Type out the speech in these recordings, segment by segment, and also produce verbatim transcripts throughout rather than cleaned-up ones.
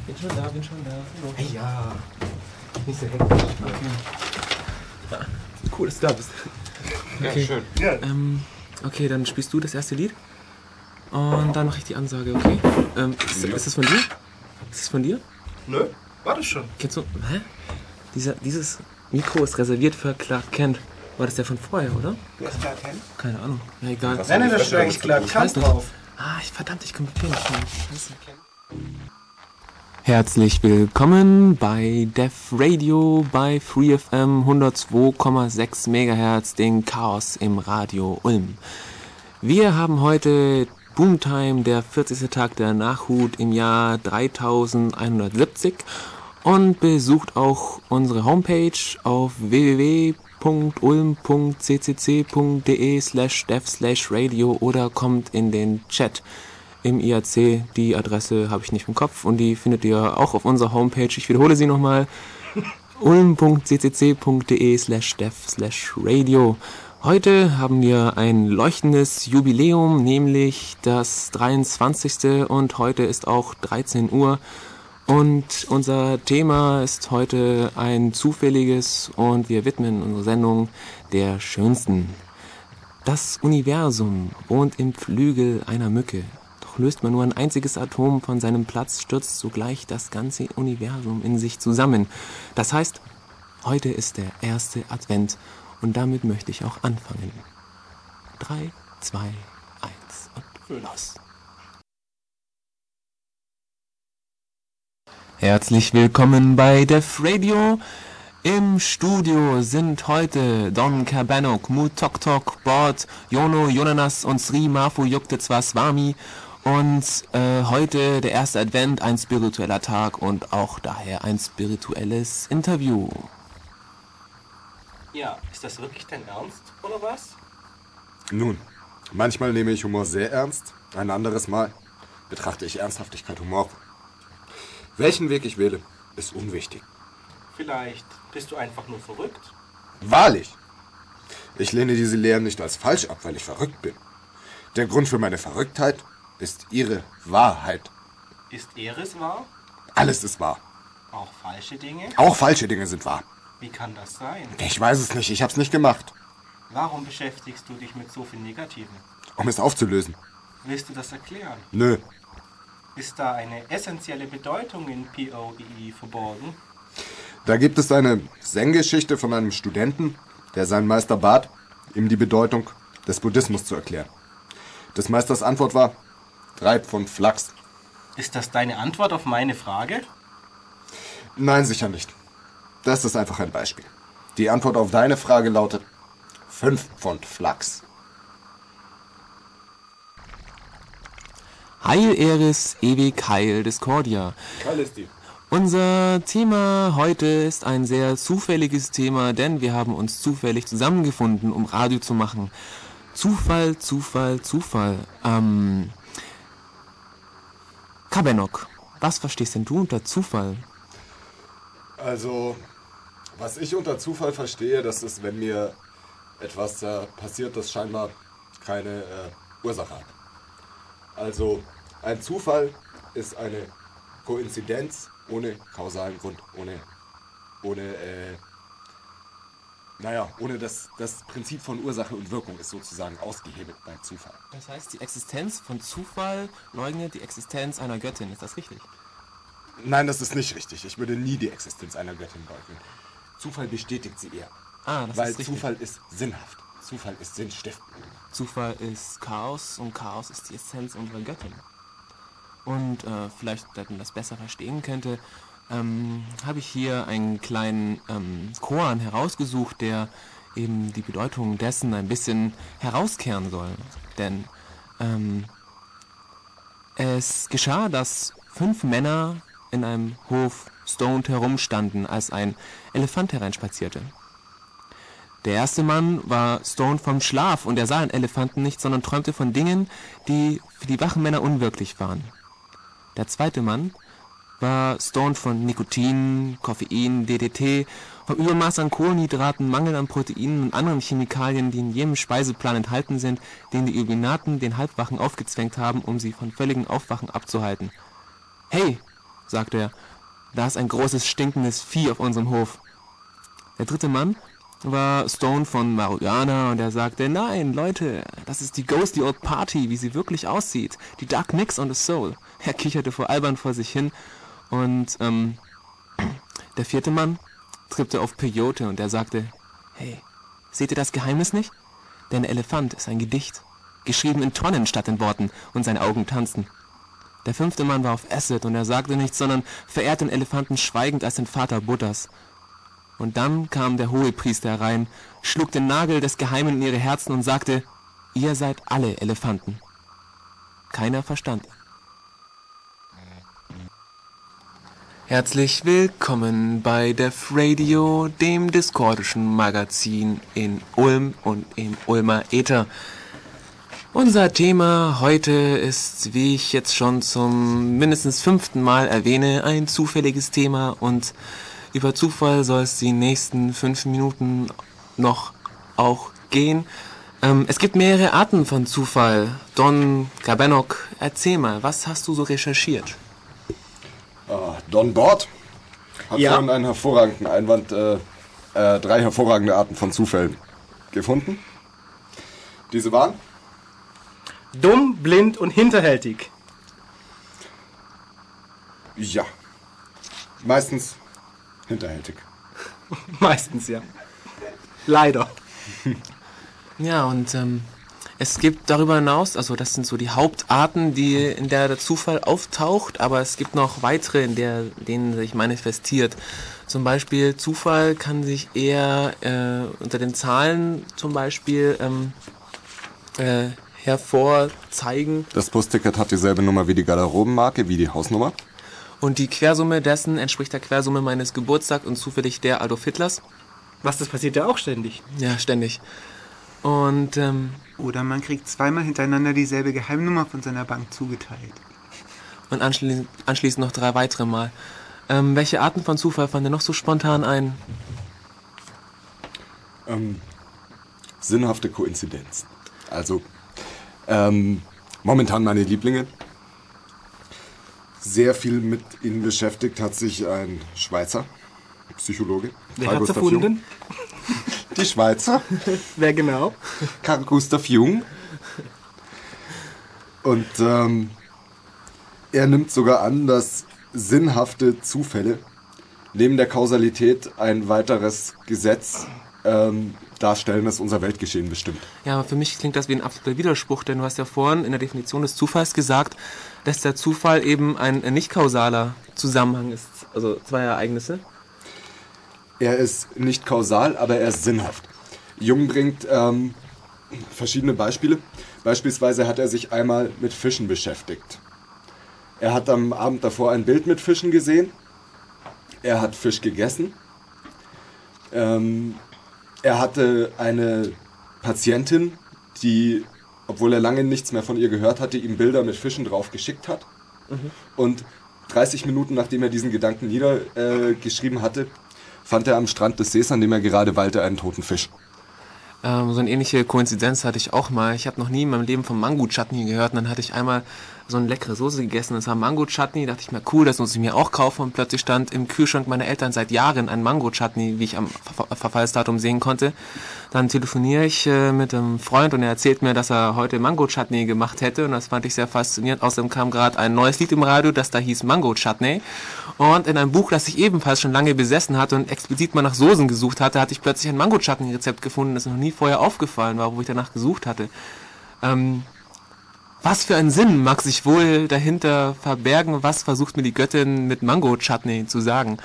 Bin schon da, bin schon da. Hallo. Hey, ja. Nicht so hektisch. Okay. Ja. Cool, dass du da bist. Okay. Ja, schön. Ja. Ähm, okay, dann spielst du das erste Lied. Und dann mache ich die Ansage, okay? Ähm, ist, ja. ist das von dir? Ist das von dir? Nö, war das schon. Kennst du? Hä? Dieser, dieses Mikro ist reserviert für Clark Kent. War das der von vorher, oder? Wer ist Clark Kent? Keine Ahnung. Ja, egal. Nein, nein, da steht eigentlich Clark Kent drauf. Ah, ich, verdammt, ich komme nicht. Scheiße. Herzlich willkommen bei Def Radio bei Free F M hundertzwei Komma sechs Megahertz, den Chaos im Radio Ulm. Wir haben heute Boomtime, der vierzigste Tag der Nachhut im Jahr dreitausendeinhundertsiebzig und besucht auch unsere Homepage auf w w w punkt ulm punkt c c c punkt d e slash def slash radio oder kommt in den Chat im I A C. Die Adresse habe ich nicht im Kopf und die findet ihr auch auf unserer Homepage. Ich wiederhole sie nochmal. ulm punkt c c c punkt d e slash def slash radio. Heute haben wir ein leuchtendes Jubiläum, nämlich das dreiundzwanzigste und heute ist auch dreizehn Uhr. Und unser Thema ist heute ein zufälliges und wir widmen unsere Sendung der schönsten. Das Universum wohnt im Flügel einer Mücke. Doch löst man nur ein einziges Atom von seinem Platz, stürzt sogleich das ganze Universum in sich zusammen. Das heißt, heute ist der erste Advent und damit möchte ich auch anfangen. Drei, zwei, eins und los. Herzlich willkommen bei Def Radio. Im Studio sind heute Don Kabanok, Mu Tok Tok, Bord, Jono, Jonanas und Sri Mafu Yukte Swami. Und äh, heute der erste Advent, ein spiritueller Tag und auch daher ein spirituelles Interview. Ja, ist das wirklich dein Ernst, oder was? Nun, manchmal nehme ich Humor sehr ernst, ein anderes Mal betrachte ich Ernsthaftigkeit humorvoll. Welchen Weg ich wähle, ist unwichtig. Vielleicht bist du einfach nur verrückt? Wahrlich! Ich lehne diese Lehren nicht als falsch ab, weil ich verrückt bin. Der Grund für meine Verrücktheit ist ihre Wahrheit. Ist Eres wahr? Alles ist wahr. Auch falsche Dinge? Auch falsche Dinge sind wahr. Wie kann das sein? Ich weiß es nicht, ich hab's nicht gemacht. Warum beschäftigst du dich mit so viel Negativen? Um es aufzulösen. Willst du das erklären? Nö. Ist da eine essentielle Bedeutung in P O E E verborgen? Da gibt es eine Zen-Geschichte von einem Studenten, der seinen Meister bat, ihm die Bedeutung des Buddhismus zu erklären. Des Meisters Antwort war, drei Pfund Flachs. Ist das deine Antwort auf meine Frage? Nein, sicher nicht. Das ist einfach ein Beispiel. Die Antwort auf deine Frage lautet, fünf Pfund Flachs. Heil Eris, ewig Heil Discordia. Heil ist die. Unser Thema heute ist ein sehr zufälliges Thema, denn wir haben uns zufällig zusammengefunden, um Radio zu machen. Zufall, Zufall, Zufall. Ähm, Kabanok, was verstehst denn du unter Zufall? Also, was ich unter Zufall verstehe, das ist, wenn mir etwas äh, passiert, das scheinbar keine äh, Ursache hat. Also, ein Zufall ist eine Koinzidenz ohne kausalen Grund, ohne, ohne, äh, naja, ohne das, das Prinzip von Ursache und Wirkung ist sozusagen ausgehebelt beim Zufall. Das heißt, die Existenz von Zufall leugnet die Existenz einer Göttin, ist das richtig? Nein, das ist nicht richtig. Ich würde nie die Existenz einer Göttin leugnen. Zufall bestätigt sie eher. Ah, das weil ist richtig. Zufall ist sinnhaft. Zufall ist sinnstiftend. Zufall ist Chaos und Chaos ist die Essenz unserer Göttin. Und äh, vielleicht, damit man das besser verstehen könnte, ähm, habe ich hier einen kleinen ähm, Koan herausgesucht, der eben die Bedeutung dessen ein bisschen herauskehren soll. Denn ähm, es geschah, dass fünf Männer in einem Hof stoned herumstanden, als ein Elefant hereinspazierte. Der erste Mann war stoned vom Schlaf und er sah einen Elefanten nicht, sondern träumte von Dingen, die für die wachen Männer unwirklich waren. Der zweite Mann war stoned von Nikotin, Koffein, D D T, vom Übermaß an Kohlenhydraten, Mangel an Proteinen und anderen Chemikalien, die in jedem Speiseplan enthalten sind, den die Illuminaten den Halbwachen aufgezwängt haben, um sie von völligem Aufwachen abzuhalten. Hey, sagte er. Da ist ein großes, stinkendes Vieh auf unserem Hof. Der dritte Mann war Stone von Marihuana und er sagte, nein, Leute, das ist die Ghosty Old Party, wie sie wirklich aussieht. Die Dark Mix on the Soul. Er kicherte vor albern vor sich hin und ähm, der vierte Mann trippte auf Peyote und er sagte, hey, seht ihr das Geheimnis nicht? Denn der Elefant ist ein Gedicht, geschrieben in Tonnen statt in Worten und seine Augen tanzten. Der fünfte Mann war auf Acid und er sagte nichts, sondern verehrte den Elefanten schweigend als den Vater Buddhas. Und dann kam der Hohepriester herein, schlug den Nagel des Geheimen in ihre Herzen und sagte, ihr seid alle Elefanten. Keiner verstand ihn. Herzlich willkommen bei Def Radio, dem discordischen Magazin in Ulm und im Ulmer Äther. Unser Thema heute ist, wie ich jetzt schon zum mindestens fünften Mal erwähne, ein zufälliges Thema und über Zufall soll es die nächsten fünf Minuten noch auch gehen. Ähm, es gibt mehrere Arten von Zufall. Don Gabenok, erzähl mal, was hast du so recherchiert? Uh, Don Bord hat Ja. vorhin einen hervorragenden Einwand, äh, äh, drei hervorragende Arten von Zufällen gefunden. Diese waren? Dumm, blind und hinterhältig. Ja. Meistens hinterhältig. Meistens, ja. Leider. Ja, und ähm, es gibt darüber hinaus, also das sind so die Hauptarten, die, in der der Zufall auftaucht, aber es gibt noch weitere, in der, denen sich manifestiert. Zum Beispiel Zufall kann sich eher äh, unter den Zahlen zum Beispiel ähm, äh, hervorzeigen Das Busticket hat dieselbe Nummer wie die Garderobenmarke, wie die Hausnummer. und die Quersumme dessen entspricht der Quersumme meines Geburtstags und zufällig der Adolf Hitlers. Was, das passiert ja auch ständig. Ja, ständig. Und ähm, Oder man kriegt zweimal hintereinander dieselbe Geheimnummer von seiner Bank zugeteilt. Und anschließend, anschließend noch drei weitere Mal. Ähm, welche Arten von Zufall fallen dir noch so spontan ein? Ähm, sinnhafte Koinzidenzen. Also, ähm, momentan meine Lieblinge. Sehr viel mit ihnen beschäftigt hat sich ein Schweizer Psychologe. Wer Carl hat's Gustav erfunden? Jung. Die Schweizer. Wer genau? Carl Gustav Jung. Und ähm, er nimmt sogar an, dass sinnhafte Zufälle neben der Kausalität ein weiteres Gesetz ähm, darstellen, das unser Weltgeschehen bestimmt. Ja, aber für mich klingt das wie ein absoluter Widerspruch, denn du hast ja vorhin in der Definition des Zufalls gesagt, dass der Zufall eben ein nicht kausaler Zusammenhang ist, also zwei Ereignisse. Er ist nicht kausal, aber er ist sinnhaft. Jung bringt ähm, verschiedene Beispiele. Beispielsweise hat er sich einmal mit Fischen beschäftigt. Er hat am Abend davor ein Bild mit Fischen gesehen. Er hat Fisch gegessen. Ähm, er hatte eine Patientin, die, obwohl er lange nichts mehr von ihr gehört hatte, ihm Bilder mit Fischen drauf geschickt hat. Mhm. Und dreißig Minuten nachdem er diesen Gedanken niedergeschrieben äh, hatte, fand er am Strand des Sees, an dem er gerade weilte, einen toten Fisch. Ähm, so eine ähnliche Koinzidenz hatte ich auch mal. Ich habe noch nie in meinem Leben vom Mango-Chutney gehört und dann hatte ich einmal so eine leckere Soße gegessen. Das war Mango-Chutney. Dachte ich mir, cool, das muss ich mir auch kaufen. Und plötzlich stand im Kühlschrank meiner Eltern seit Jahren ein Mango-Chutney, wie ich am Ver- Verfallsdatum sehen konnte. Dann telefoniere ich äh, mit einem Freund und er erzählt mir, dass er heute Mango-Chutney gemacht hätte. Und das fand ich sehr faszinierend. Außerdem kam gerade ein neues Lied im Radio, das da hieß Mango-Chutney. Und in einem Buch, das ich ebenfalls schon lange besessen hatte und explizit mal nach Soßen gesucht hatte, hatte ich plötzlich ein Mango-Chutney-Rezept gefunden, das mir noch nie vorher aufgefallen war, wo ich danach gesucht hatte. Ähm, was für ein Sinn mag sich wohl dahinter verbergen? Was versucht mir die Göttin mit Mango-Chutney zu sagen?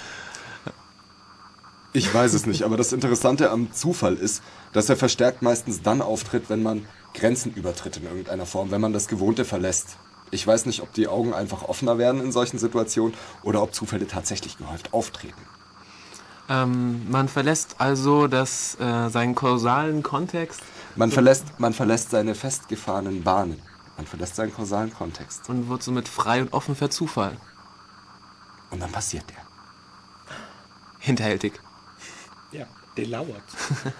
Ich weiß es nicht, aber das Interessante am Zufall ist, dass er verstärkt meistens dann auftritt, wenn man Grenzen übertritt in irgendeiner Form, wenn man das Gewohnte verlässt. Ich weiß nicht, ob die Augen einfach offener werden in solchen Situationen oder ob Zufälle tatsächlich gehäuft auftreten. Ähm, man verlässt also das, äh, seinen kausalen Kontext. Man verlässt, man verlässt seine festgefahrenen Bahnen. Man verlässt seinen kausalen Kontext. Und wird somit frei und offen für Zufall. Und dann passiert der. Hinterhältig. Ja, der lauert.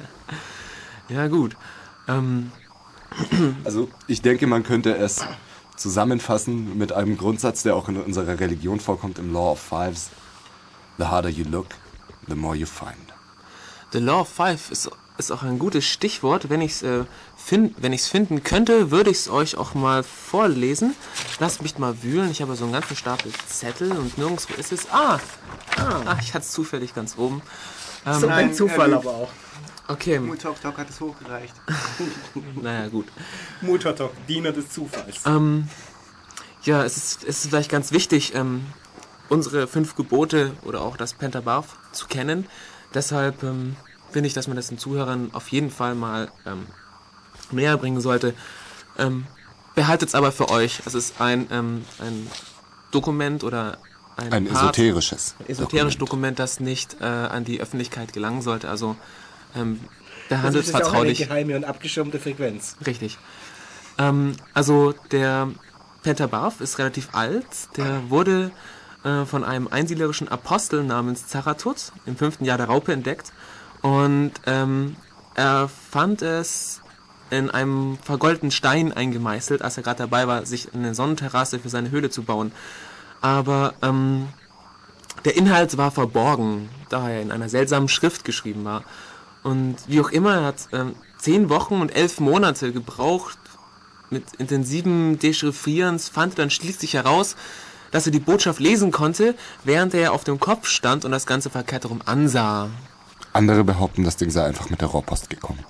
Ja gut. Ähm, Also ich denke, man könnte es zusammenfassen mit einem Grundsatz, der auch in unserer Religion vorkommt, im Law of Fives. The harder you look, the more you find. The Law of Five ist, ist auch ein gutes Stichwort. Wenn ich es äh, find, wenn ich's finden könnte, würde ich es euch auch mal vorlesen. Lasst mich mal wühlen. Ich habe so einen ganzen Stapel Zettel und nirgendwo ist es. Ah, ah. ah ich hatte es zufällig ganz oben. Ähm, so ein Zufall aber auch. Okay. Mutok hat es hochgereicht. Naja, gut. Mutok, Diener des Zufalls. Ähm, ja, es ist, es ist vielleicht ganz wichtig, ähm, unsere fünf Gebote oder auch das Pentabarf zu kennen. Deshalb ähm, finde ich, dass man das den Zuhörern auf jeden Fall mal ähm, näher bringen sollte. Ähm, behaltet es aber für euch. Es ist ein, ähm, ein Dokument oder ein, ein Part, esoterisches ein esoterisches Dokument, das nicht äh, an die Öffentlichkeit gelangen sollte. Also ähm, behandelt es vertraulich. Das ist auch eine geheime und abgeschirmte Frequenz. Richtig. Ähm, also der Pentabarf ist relativ alt. Der wurde äh, von einem einsiedlerischen Apostel namens Zarathustra im fünften Jahr der Raupe entdeckt. Und ähm, er fand es in einem vergoldeten Stein eingemeißelt, als er gerade dabei war, sich eine Sonnenterrasse für seine Höhle zu bauen. Aber ähm, der Inhalt war verborgen, da er in einer seltsamen Schrift geschrieben war. Und wie auch immer, er hat ähm, zehn Wochen und elf Monate gebraucht mit intensiven Dechiffrierens, fand er dann schließlich heraus, dass er die Botschaft lesen konnte, während er auf dem Kopf stand und das Ganze verkehrt herum ansah. Andere behaupten, das Ding sei einfach mit der Rohrpost gekommen.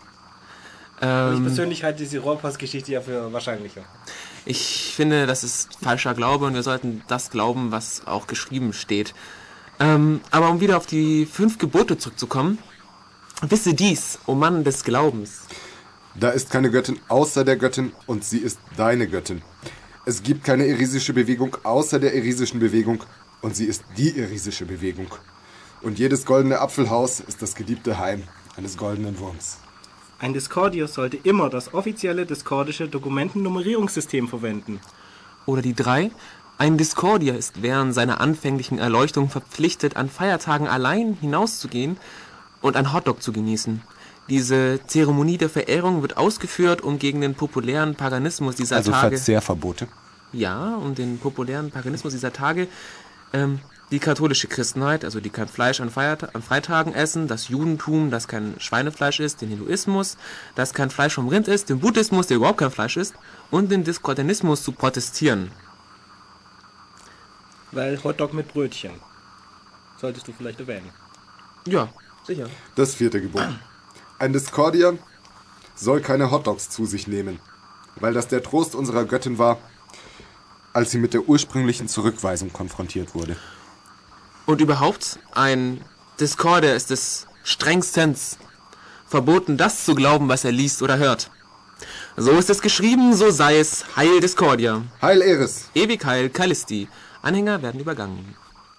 Ähm, ich persönlich halte diese Rohrpost-Geschichte ja für wahrscheinlicher. Ich finde, das ist falscher Glaube und wir sollten das glauben, was auch geschrieben steht. Ähm, aber um wieder auf die fünf Gebote zurückzukommen, wisse dies, o Mann des Glaubens. Da ist keine Göttin außer der Göttin und sie ist deine Göttin. Es gibt keine irisische Bewegung außer der irisischen Bewegung und sie ist die irisische Bewegung. Und jedes goldene Apfelhaus ist das geliebte Heim eines goldenen Wurms. Ein Discordier sollte immer das offizielle discordische Dokumentennummerierungssystem verwenden. Oder die drei. Ein Discordier ist während seiner anfänglichen Erleuchtung verpflichtet, an Feiertagen allein hinauszugehen und ein Hotdog zu genießen. Diese Zeremonie der Verehrung wird ausgeführt, um gegen den populären Paganismus dieser also Tage... Also Verzehrverbote? Ja, um den populären Paganismus dieser Tage... Ähm, die katholische Christenheit, also die kein Fleisch an, Feierta- an Freitagen essen, das Judentum, das kein Schweinefleisch ist, den Hinduismus, das kein Fleisch vom Rind ist, den Buddhismus, der überhaupt kein Fleisch ist, und den Diskordianismus zu protestieren. Weil Hotdog mit Brötchen. Solltest du vielleicht erwähnen. Ja, sicher. Das vierte Gebot. Ein Discordier soll keine Hotdogs zu sich nehmen, weil das der Trost unserer Göttin war, als sie mit der ursprünglichen Zurückweisung konfrontiert wurde. Und überhaupt, ein Discordier ist es strengstens verboten, das zu glauben, was er liest oder hört. So ist es geschrieben, so sei es. Heil Discordia. Heil Eris. Ewig heil Callisti. Anhänger werden übergangen.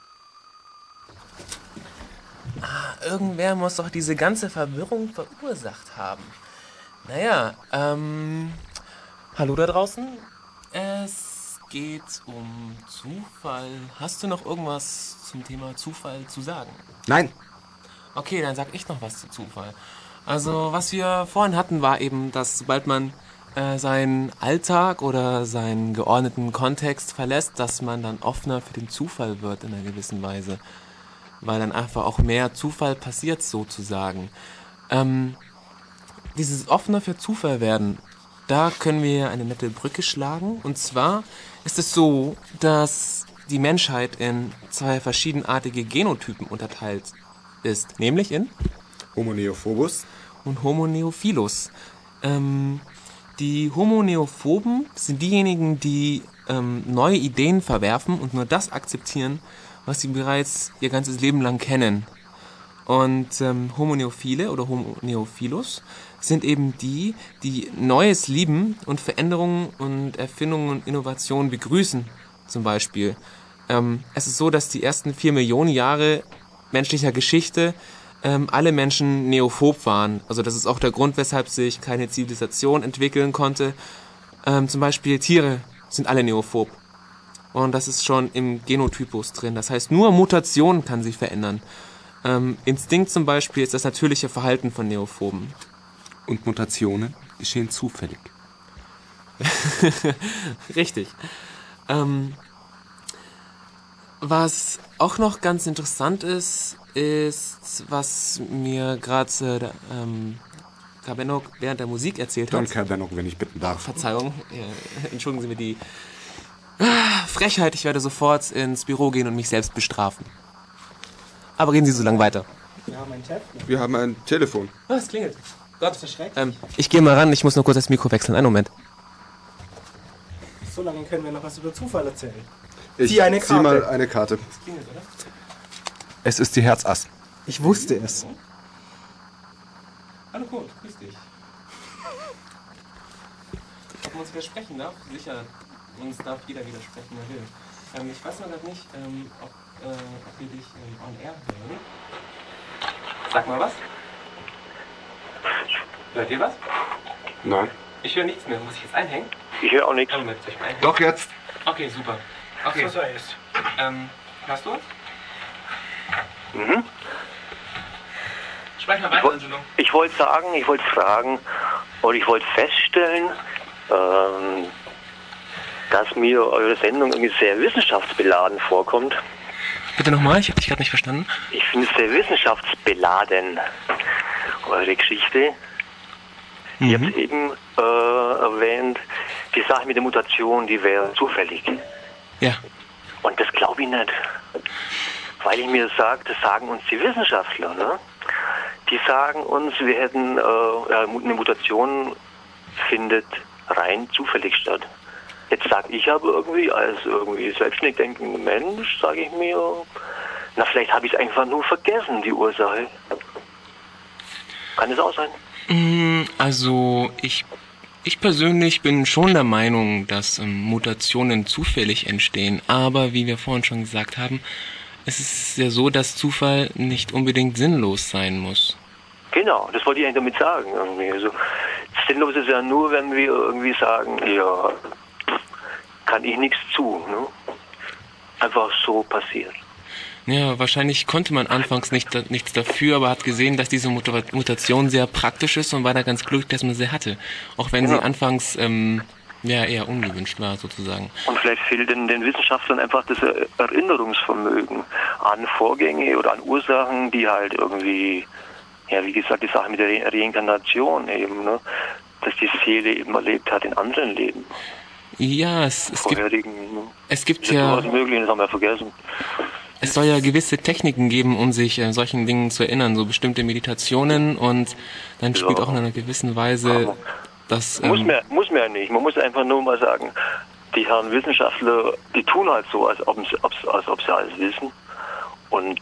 Ah, irgendwer muss doch diese ganze Verwirrung verursacht haben. Naja, ähm... hallo da draußen. Es geht um Zufall. Hast du noch irgendwas zum Thema Zufall zu sagen? Nein. Okay, dann sag ich noch was zu Zufall. Also, was wir vorhin hatten, war eben, dass sobald man äh, seinen Alltag oder seinen geordneten Kontext verlässt, dass man dann offener für den Zufall wird in einer gewissen Weise. Weil dann einfach auch mehr Zufall passiert, sozusagen. Ähm, dieses offener für Zufall werden, da können wir eine nette Brücke schlagen. Und zwar ist es so, dass die Menschheit in zwei verschiedenartige Genotypen unterteilt ist. Nämlich in Homo neophobus und Homo neophilus. Ähm, die Homo neophoben sind diejenigen, die ähm, neue Ideen verwerfen und nur das akzeptieren, was sie bereits ihr ganzes Leben lang kennen. Und ähm, Homo neophile oder Homo neophilus sind eben die, die Neues lieben und Veränderungen und Erfindungen und Innovationen begrüßen, zum Beispiel. Ähm, es ist so, dass die ersten vier Millionen Jahre menschlicher Geschichte ähm, alle Menschen neophob waren. Also das ist auch der Grund, weshalb sich keine Zivilisation entwickeln konnte. Ähm, zum Beispiel Tiere sind alle neophob. Und das ist schon im Genotypus drin. Das heißt, nur Mutation kann sich verändern. Ähm, Instinkt zum Beispiel ist das natürliche Verhalten von Neophoben. Und Mutationen geschehen zufällig. Richtig. Ähm, was auch noch ganz interessant ist, ist, was mir gerade äh, der, ähm, Kabenok während der Musik erzählt Don hat. Kabenok, wenn ich bitten darf. Verzeihung, äh, entschuldigen Sie mir die ah, Frechheit. Ich werde sofort ins Büro gehen und mich selbst bestrafen. Aber reden Sie so lange weiter. Wir haben ein Tablet. Wir haben ein Telefon. Oh, es klingelt. Gott, Das ist schrecklich. ähm, ich gehe mal ran, ich muss nur kurz das Mikro wechseln. Einen Moment. So lange können wir noch was über Zufall erzählen. Ich Zieh eine zieh Karte. mal eine Karte. Es klingelt, oder? Es ist die Herz Ass. Ich wusste es. Hallo Kurt, grüß dich. Ob man uns widersprechen darf? Sicher, uns darf jeder widersprechen, wer will. Ähm, ich weiß noch gerade nicht, ähm, ob, äh, ob wir dich ähm, on air hören. Sag mal was. Hört ihr was? Nein. Ich höre nichts mehr. Muss ich jetzt einhängen? Ich höre auch nichts. Moment, soll ich mal einhängen? Doch jetzt. Okay, super. Okay, Was er ist. ähm, hörst du uns? Mhm. Sprech mal Ich, weiter, woll- Angelo. ich wollte sagen, ich wollte fragen und ich wollte feststellen, ähm, dass mir eure Sendung irgendwie sehr wissenschaftsbeladen vorkommt. Bitte nochmal, ich habe dich gerade nicht verstanden. Ich finde es sehr wissenschaftsbeladen, eure Geschichte. Ihr habt eben äh, erwähnt, die Sache mit der Mutation, die wäre zufällig. Ja. Und das glaube ich nicht. Weil ich mir sage, das sagen uns die Wissenschaftler, ne? Die sagen uns, wir hätten, äh, eine Mutation findet rein zufällig statt. Jetzt sage ich aber irgendwie, als irgendwie selbstständig denkender Mensch, sage ich mir, na vielleicht habe ich es einfach nur vergessen, die Ursache. Kann es auch sein? Mm, Also ich, ich persönlich bin schon der Meinung, dass ähm, Mutationen zufällig entstehen. Aber wie wir vorhin schon gesagt haben, es ist ja so, dass Zufall nicht unbedingt sinnlos sein muss. Genau, das wollte ich eigentlich damit sagen. Irgendwie. Also, sinnlos ist ja nur, wenn wir irgendwie sagen, ja, kann ich nichts zu. Ne? Einfach so passiert. Ja, wahrscheinlich konnte man anfangs nicht, nichts dafür, aber hat gesehen, dass diese Muta- Mutation sehr praktisch ist und war da ganz glücklich, dass man sie hatte. Auch wenn Ja. sie anfangs ähm, ja, eher ungewünscht war, sozusagen. Und vielleicht fehlt den, den Wissenschaftlern einfach das Er- Erinnerungsvermögen an Vorgänge oder an Ursachen, die halt irgendwie, ja wie gesagt, die Sache mit der Re Reinkarnation eben, ne? Dass die Seele eben erlebt hat in anderen Leben. Ja, es, es gibt, Vorherigen, ne? es gibt Das ist ja... sowas möglich, das haben wir vergessen. Es soll ja gewisse Techniken geben, um sich äh, solchen Dingen zu erinnern, so bestimmte Meditationen und dann spielt Ja. auch in einer gewissen Weise das... Muss Ähm, man, muss man ja nicht. Man muss einfach nur mal sagen, die Herren Wissenschaftler, die tun halt so, als ob sie, ob's- als ob sie alles wissen. Und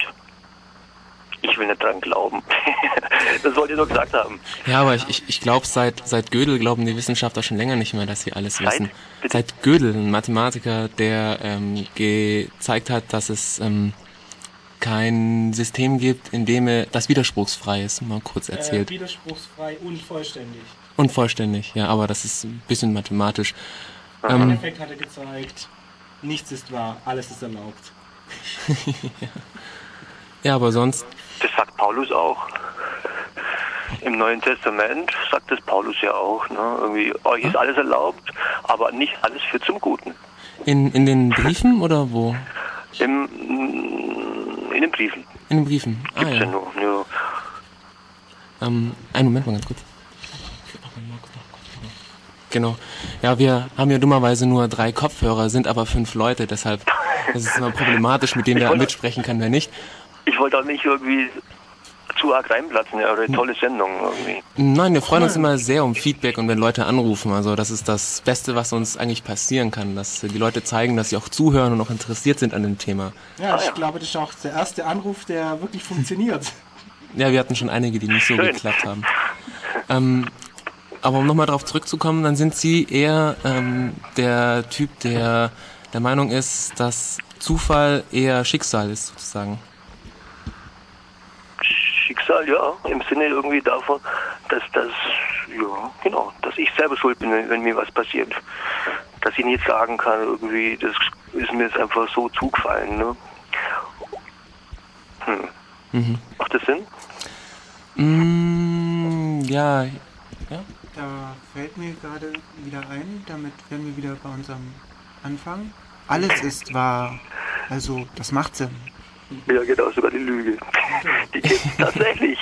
ich will nicht dran glauben. Das wollte ich nur gesagt haben. ja, aber ich, ich, ich glaube, seit, seit Gödel glauben die Wissenschaftler schon länger nicht mehr, dass sie alles Seit? wissen. Bitte? Seit Gödel, ein Mathematiker, der ähm, gezeigt hat, dass es ähm, kein System gibt, in dem er das widerspruchsfrei ist, mal kurz Äh, erzählt. widerspruchsfrei und vollständig. Unvollständig, ja, aber das ist ein bisschen mathematisch. Im Ähm, Endeffekt hat er gezeigt, nichts ist wahr, alles ist erlaubt. ja, aber sonst... Das sagt Paulus auch. Im Neuen Testament sagt das Paulus ja auch. Ne? Irgendwie, euch ist alles erlaubt, aber nicht alles führt zum Guten. In, in den Briefen oder wo? Im, in den Briefen In den Briefen. Ah gibt's ja ja. nur. Ja. Ähm, einen Moment mal ganz kurz. Genau. Ja, wir haben ja dummerweise nur drei Kopfhörer, sind aber fünf Leute, deshalb ist es immer problematisch, mit dem Ich wer wollte- mitsprechen kann, wer nicht. Ich wollte auch nicht irgendwie zu arg reinplatzen, ja, oder eine tolle Sendung irgendwie. Nein, wir freuen uns immer sehr um Feedback und wenn Leute anrufen. Also das ist das Beste, was uns eigentlich passieren kann, dass die Leute zeigen, dass sie auch zuhören und auch interessiert sind an dem Thema. Ja, ich ja. glaube, das ist auch der erste Anruf, der wirklich funktioniert. Ja, wir hatten schon einige, die nicht so Schön. geklappt haben. Ähm, aber um nochmal darauf zurückzukommen, dann sind Sie eher ähm, der Typ, der der Meinung ist, dass Zufall eher Schicksal ist, sozusagen. Schicksal, ja, im Sinne irgendwie davon, dass das, ja, genau, dass ich selber schuld bin, wenn, wenn mir was passiert. Dass ich nicht sagen kann, irgendwie, das ist mir jetzt einfach so zugefallen, ne? Hm. Mhm. Macht das Sinn? Mm, ja, ja. Da fällt mir gerade wieder ein, damit werden wir wieder bei unserem Anfang. Alles ist wahr. Also, das macht Sinn. Ja, genau, sogar die Lüge. Die gibt es tatsächlich.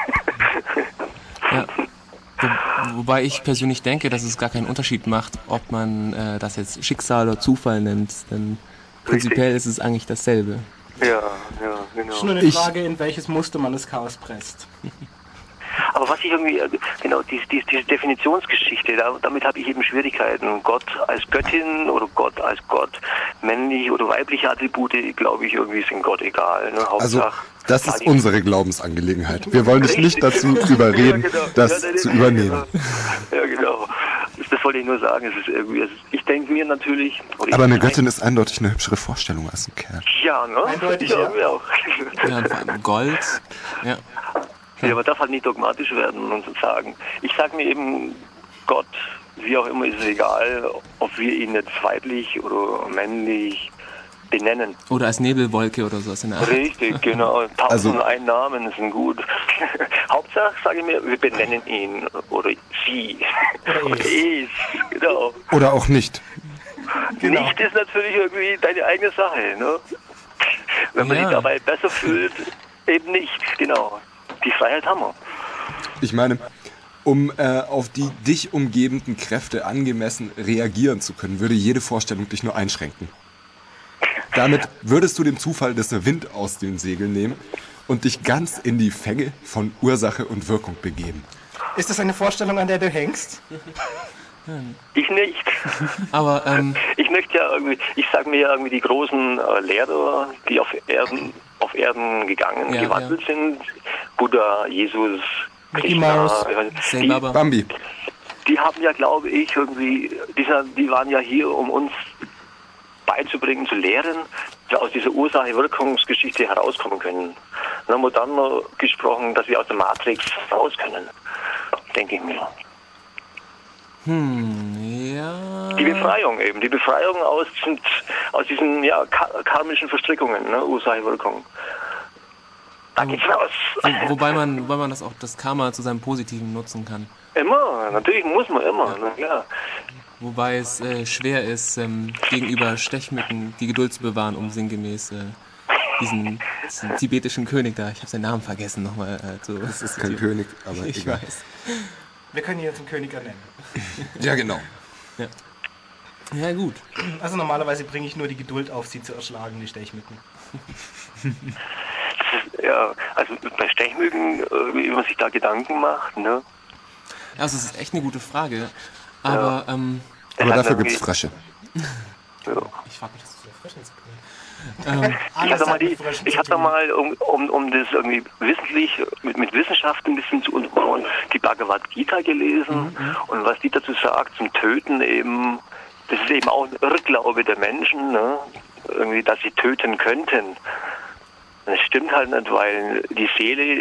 Ja. Wo, wobei ich persönlich denke, dass es gar keinen Unterschied macht, ob man äh, das jetzt Schicksal oder Zufall nennt, denn prinzipiell ist es eigentlich dasselbe. Ja, ja, genau. Es ist nur eine Ich- Frage, in welches Muster man das Chaos presst. Aber was ich irgendwie, äh, genau, diese, diese, diese Definitionsgeschichte, da, damit habe ich eben Schwierigkeiten. Gott als Göttin oder Gott als Gott, männliche oder weibliche Attribute, glaube ich, irgendwie sind Gott egal. Ne? Also, Hauptsache, das ist Heilig- unsere Glaubensangelegenheit. Wir wollen dich nicht dazu überreden, Ja, genau. das Ja, nee, zu nee, übernehmen. Ja, ja, genau. Das, das wollte ich nur sagen. Es ist irgendwie, es ist, ich denke mir natürlich... oder Aber ich- eine Göttin ist eindeutig eine hübschere Vorstellung als ein Kerl. Ja, ne? Eindeutig, ja. ja. Irgendwie auch. Ja, und vor allem Gold. Ja. Ja, man darf halt nicht dogmatisch werden und so sagen. Ich sage mir eben, Gott, wie auch immer, ist es egal, ob wir ihn jetzt weiblich oder männlich benennen. Oder als Nebelwolke oder sowas in der Art. Richtig, genau. Tausend Also- und ein Namen sind gut. Hauptsache, sage ich mir, wir benennen ihn oder sie. Oder es, genau. Oder auch nicht. Genau. Nicht ist natürlich irgendwie deine eigene Sache. Ne? Wenn man Ja. sich dabei besser fühlt, eben nicht, genau. Die Freiheit haben wir. Ich meine, um äh, auf die dich umgebenden Kräfte angemessen reagieren zu können, würde jede Vorstellung dich nur einschränken. Damit würdest du dem Zufall des Wind aus den Segeln nehmen und dich ganz in die Fänge von Ursache und Wirkung begeben. Ist das eine Vorstellung, an der du hängst? Ich nicht. Aber ähm, Ich möchte ja irgendwie, ich sage mir ja irgendwie die großen äh, Lehrer, die auf Erden, auf Erden gegangen, Ja, gewandelt sind, Buddha, Jesus, Mickey Krishna, Mouse, ich weiß- Saint die, Baba. Bambi, die haben ja, glaube ich, irgendwie, dieser, die waren ja hier, um uns beizubringen, zu lehren, dass wir aus dieser Ursache-Wirkungsgeschichte herauskommen können. Dann haben wir dann mal gesprochen, dass wir aus der Matrix raus können, denke ich mir. hm, ja. Die Befreiung eben, die Befreiung aus, diesen- aus diesen ja, ka- karmischen Verstrickungen, ne? Ursache-Wirkung. Da geht's raus. Wo, wobei man, wobei man das auch das Karma zu seinem Positiven nutzen kann. Immer, natürlich muss man immer, na klar. Wobei es äh, schwer ist, ähm, gegenüber Stechmücken die Geduld zu bewahren, um sinngemäß äh, diesen, diesen tibetischen König da, ich habe seinen Namen vergessen, nochmal äh, zu. das ist kein König, aber Ich egal. weiß. Wir können ihn jetzt zum König ernennen. Ja, genau. Ja, gut. Also normalerweise bringe ich nur die Geduld auf, sie zu erschlagen, die Stechmücken. Ja, also bei Stechmücken, äh, wie man sich da Gedanken macht, ne? Also, es ist echt eine gute Frage. Aber ähm, Aber hat dafür irgendwie- gibt's Frösche. Ja. ich frage mich, das zu erfrischen zu können. Ähm, Ich habe da mal, hat mit die, Fröschen ich zu hab da tun. mal um, um, um das irgendwie wissentlich mit, mit Wissenschaft ein bisschen zu unterbauen, die Bhagavad Gita gelesen und was die dazu sagt zum Töten eben, das ist eben auch ein Irrglaube der Menschen, ne? Irgendwie, dass sie töten könnten. Das stimmt halt nicht, weil die Seele,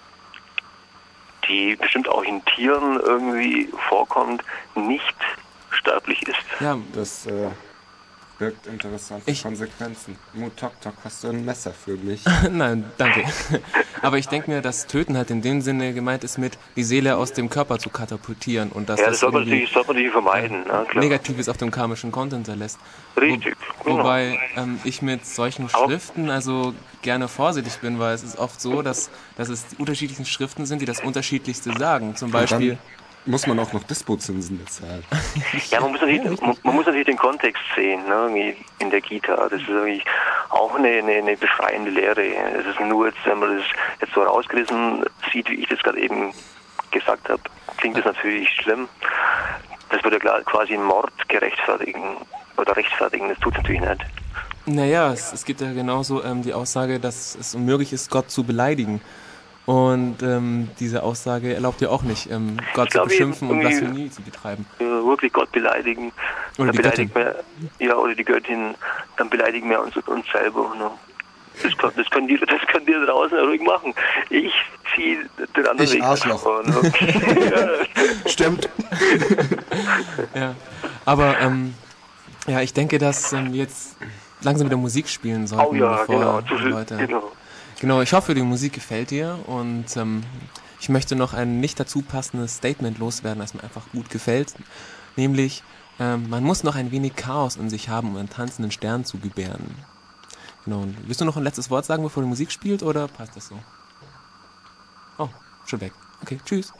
die bestimmt auch in Tieren irgendwie vorkommt, nicht sterblich ist. ja, Das äh, birgt interessante Ich- Konsequenzen. Mutok Tok, hast du ein Messer für mich? nein, danke. Aber ich denke mir, dass Töten halt in dem Sinne gemeint ist mit, die Seele aus dem Körper zu katapultieren und dass Ja, das das soll man irgendwie natürlich, soll man natürlich vermeiden, ne? Klar. Negatives auf dem karmischen Content hinterlässt. Richtig, Wo, genau. wobei ähm, ich mit solchen Aber- Schriften also gerne vorsichtig bin, weil es ist oft so, dass, dass es die unterschiedlichen Schriften sind, die das Unterschiedlichste sagen. Zum Beispiel, Dann muss man auch noch Dispozinsen bezahlen. Ja, man muss natürlich, man, man muss natürlich den Kontext sehen, ne, irgendwie in der Gita. Das ist irgendwie auch eine, eine, eine befreiende Lehre. Es ist nur jetzt, wenn man das jetzt so rausgerissen sieht, wie ich das gerade eben gesagt habe, klingt das natürlich schlimm. Das würde klar quasi einen Mord gerechtfertigen oder rechtfertigen. Das tut es natürlich nicht. naja, es, es gibt ja genauso ähm, die Aussage, dass es unmöglich ist, Gott zu beleidigen. Und ähm, diese Aussage erlaubt ja auch nicht, ähm, Gott Ich zu glaube, beschimpfen und irgendwie- Blasphemie zu betreiben. Ja, wirklich Gott beleidigen. Oder dann die beleidigen wir, ja, oder die Göttin, dann beleidigen wir uns, uns selber. Ne? Das, kann, das, können die, das können die da draußen ruhig machen. Ich ziehe den anderen Ich Weg. Arschloch. vor, Ne? ja. Stimmt. Ja, aber ähm, ja, ich denke, dass ähm, wir jetzt langsam wieder Musik spielen sollten, Oh ja, bevor genau. die Zu viel, Leute... genau. Genau, ich hoffe, die Musik gefällt dir und ähm, Ich möchte noch ein nicht dazu passendes Statement loswerden, das mir einfach gut gefällt. Nämlich, ähm, man muss noch ein wenig Chaos in sich haben, um einen tanzenden Stern zu gebären. Genau. Und willst du noch ein letztes Wort sagen, bevor die Musik spielt, oder passt das so? Oh, schon weg. Okay, tschüss.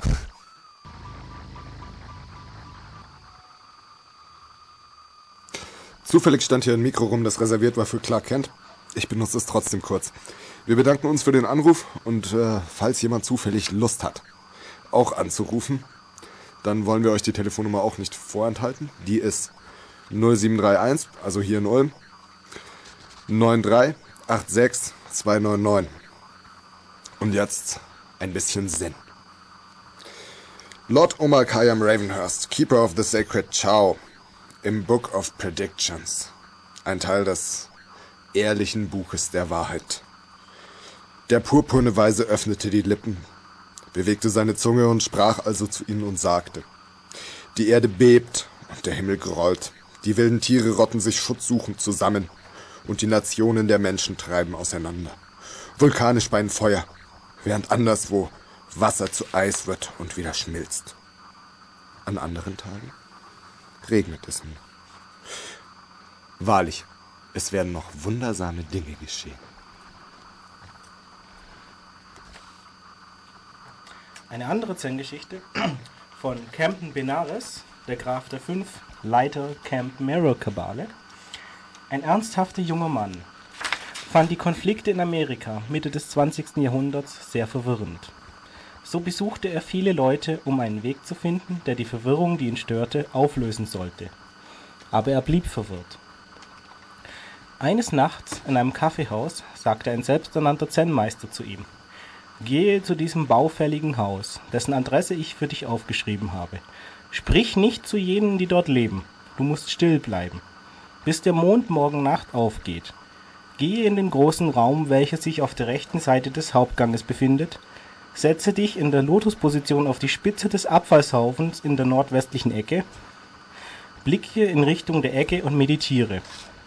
Zufällig stand hier ein Mikro rum, das reserviert war für Clark Kent. Ich benutze es trotzdem kurz. Wir bedanken uns für den Anruf und äh, falls jemand zufällig Lust hat, auch anzurufen, dann wollen wir euch die Telefonnummer auch nicht vorenthalten. Die ist null sieben drei eins, also hier in Ulm, neun drei acht sechs zwei neun neun. Und jetzt ein bisschen Zen. Lord Omar Khayyam Ravenhurst, Keeper of the Sacred Chow, im Book of Predictions, ein Teil des ehrlichen Buches der Wahrheit. Der purpurne Weise öffnete die Lippen, bewegte seine Zunge und sprach also zu ihnen und sagte: Die Erde bebt und der Himmel grollt, die wilden Tiere rotten sich schutzsuchend zusammen und die Nationen der Menschen treiben auseinander. Vulkane speien Feuer, während anderswo Wasser zu Eis wird und wieder schmilzt. An anderen Tagen regnet es nur. Wahrlich, es werden noch wundersame Dinge geschehen. Eine andere Zen-Geschichte von Campen Benares, der Graf der Fünf, Leiter Camp Merrill-Kabale. Ein ernsthafter junger Mann fand die Konflikte in Amerika Mitte des zwanzigsten Jahrhunderts sehr verwirrend. So besuchte er viele Leute, um einen Weg zu finden, der die Verwirrung, die ihn störte, auflösen sollte. Aber er blieb verwirrt. Eines Nachts in einem Kaffeehaus sagte ein selbsternannter Zen-Meister zu ihm: Gehe zu diesem baufälligen Haus, dessen Adresse ich für dich aufgeschrieben habe. Sprich nicht zu jenen, die dort leben. Du musst still bleiben, bis der Mond morgen Nacht aufgeht. Gehe in den großen Raum, welcher sich auf der rechten Seite des Hauptganges befindet. Setze dich in der Lotusposition auf die Spitze des Abfallshaufens in der nordwestlichen Ecke. Blicke in Richtung der Ecke und meditiere.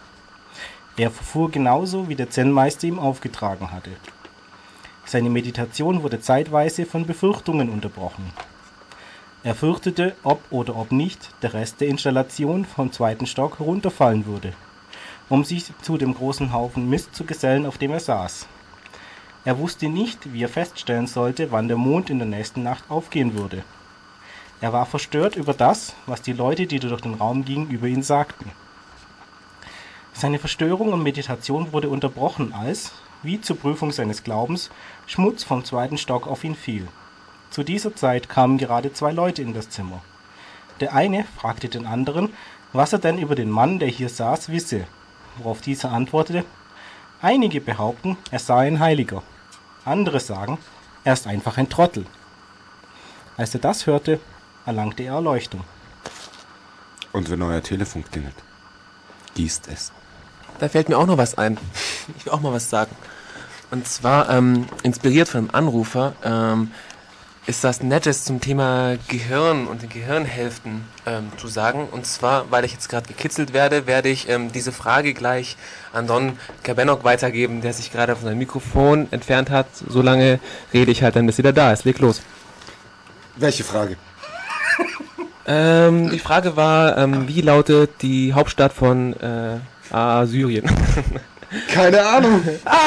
Er verfuhr genauso, wie der Zen-Meister ihm aufgetragen hatte. Seine Meditation wurde zeitweise von Befürchtungen unterbrochen. Er fürchtete, ob oder ob nicht der Rest der Installation vom zweiten Stock herunterfallen würde, um sich zu dem großen Haufen Mist zu gesellen, auf dem er saß. Er wusste nicht, wie er feststellen sollte, wann der Mond in der nächsten Nacht aufgehen würde. Er war verstört über das, was die Leute, die durch den Raum gingen, über ihn sagten. Seine Verstörung und Meditation wurde unterbrochen, als, wie zur Prüfung seines Glaubens, Schmutz vom zweiten Stock auf ihn fiel. Zu dieser Zeit kamen gerade zwei Leute in das Zimmer. Der eine fragte den anderen, was er denn über den Mann, der hier saß, wisse, worauf dieser antwortete: Einige behaupten, er sei ein Heiliger. Andere sagen, er ist einfach ein Trottel. Als er das hörte, erlangte er Erleuchtung. Und wenn euer Telefon klingelt, gießt es. Da fällt mir auch noch was ein. Ich will auch mal was sagen. Und zwar, ähm, inspiriert von einem Anrufer, ähm, ist das Nettes zum Thema Gehirn und den Gehirnhälften ähm, zu sagen. Und zwar, weil ich jetzt gerade gekitzelt werde, werde ich ähm, diese Frage gleich an Don Kabenok weitergeben, der sich gerade von seinem Mikrofon entfernt hat. Solange rede ich halt dann, bis wieder da ist. Leg los. Welche Frage? Ähm, die Frage war, ähm, wie lautet die Hauptstadt von äh, Assyrien? Keine Ahnung.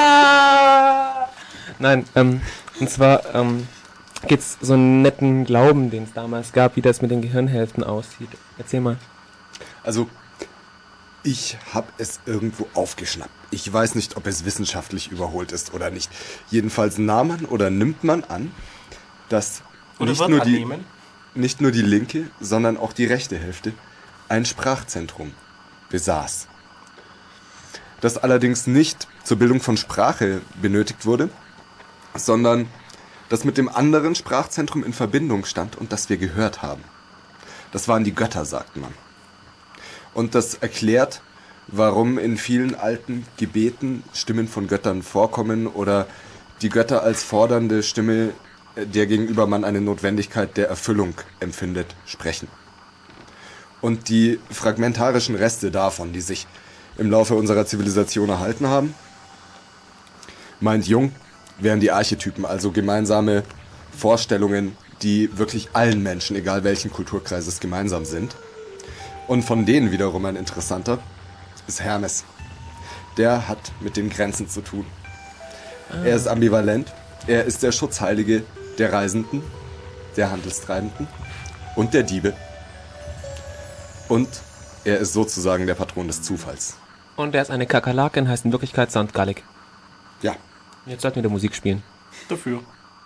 ah! Nein, ähm, und zwar ähm, gibt's so einen netten Glauben, den es damals gab, wie das mit den Gehirnhälften aussieht. Erzähl mal. Also, ich habe es irgendwo aufgeschnappt. Ich weiß nicht, ob es wissenschaftlich überholt ist oder nicht. Jedenfalls nahm man oder nimmt man an, dass Oder nicht wird nur, die, annehmen. nicht nur die linke, sondern auch die rechte Hälfte ein Sprachzentrum besaß. Das allerdings nicht zur Bildung von Sprache benötigt wurde, sondern das mit dem anderen Sprachzentrum in Verbindung stand und das wir gehört haben. Das waren die Götter, sagt man. Und das erklärt, warum in vielen alten Gebeten Stimmen von Göttern vorkommen oder die Götter als fordernde Stimme, der gegenüber man eine Notwendigkeit der Erfüllung empfindet, sprechen. Und die fragmentarischen Reste davon, die sich im Laufe unserer Zivilisation erhalten haben, meint Jung, wären die Archetypen, also gemeinsame Vorstellungen, die wirklich allen Menschen, egal welchen Kulturkreises, gemeinsam sind. Und von denen wiederum ein interessanter ist Hermes. Der hat mit den Grenzen zu tun. Ah. Er ist ambivalent. Er ist der Schutzheilige der Reisenden, der Handelstreibenden und der Diebe. Und er ist sozusagen der Patron des Zufalls. Und er ist eine Kakerlake und heißt in Wirklichkeit Sandgallig. Ja. Jetzt sollten wir da Musik spielen. Dafür.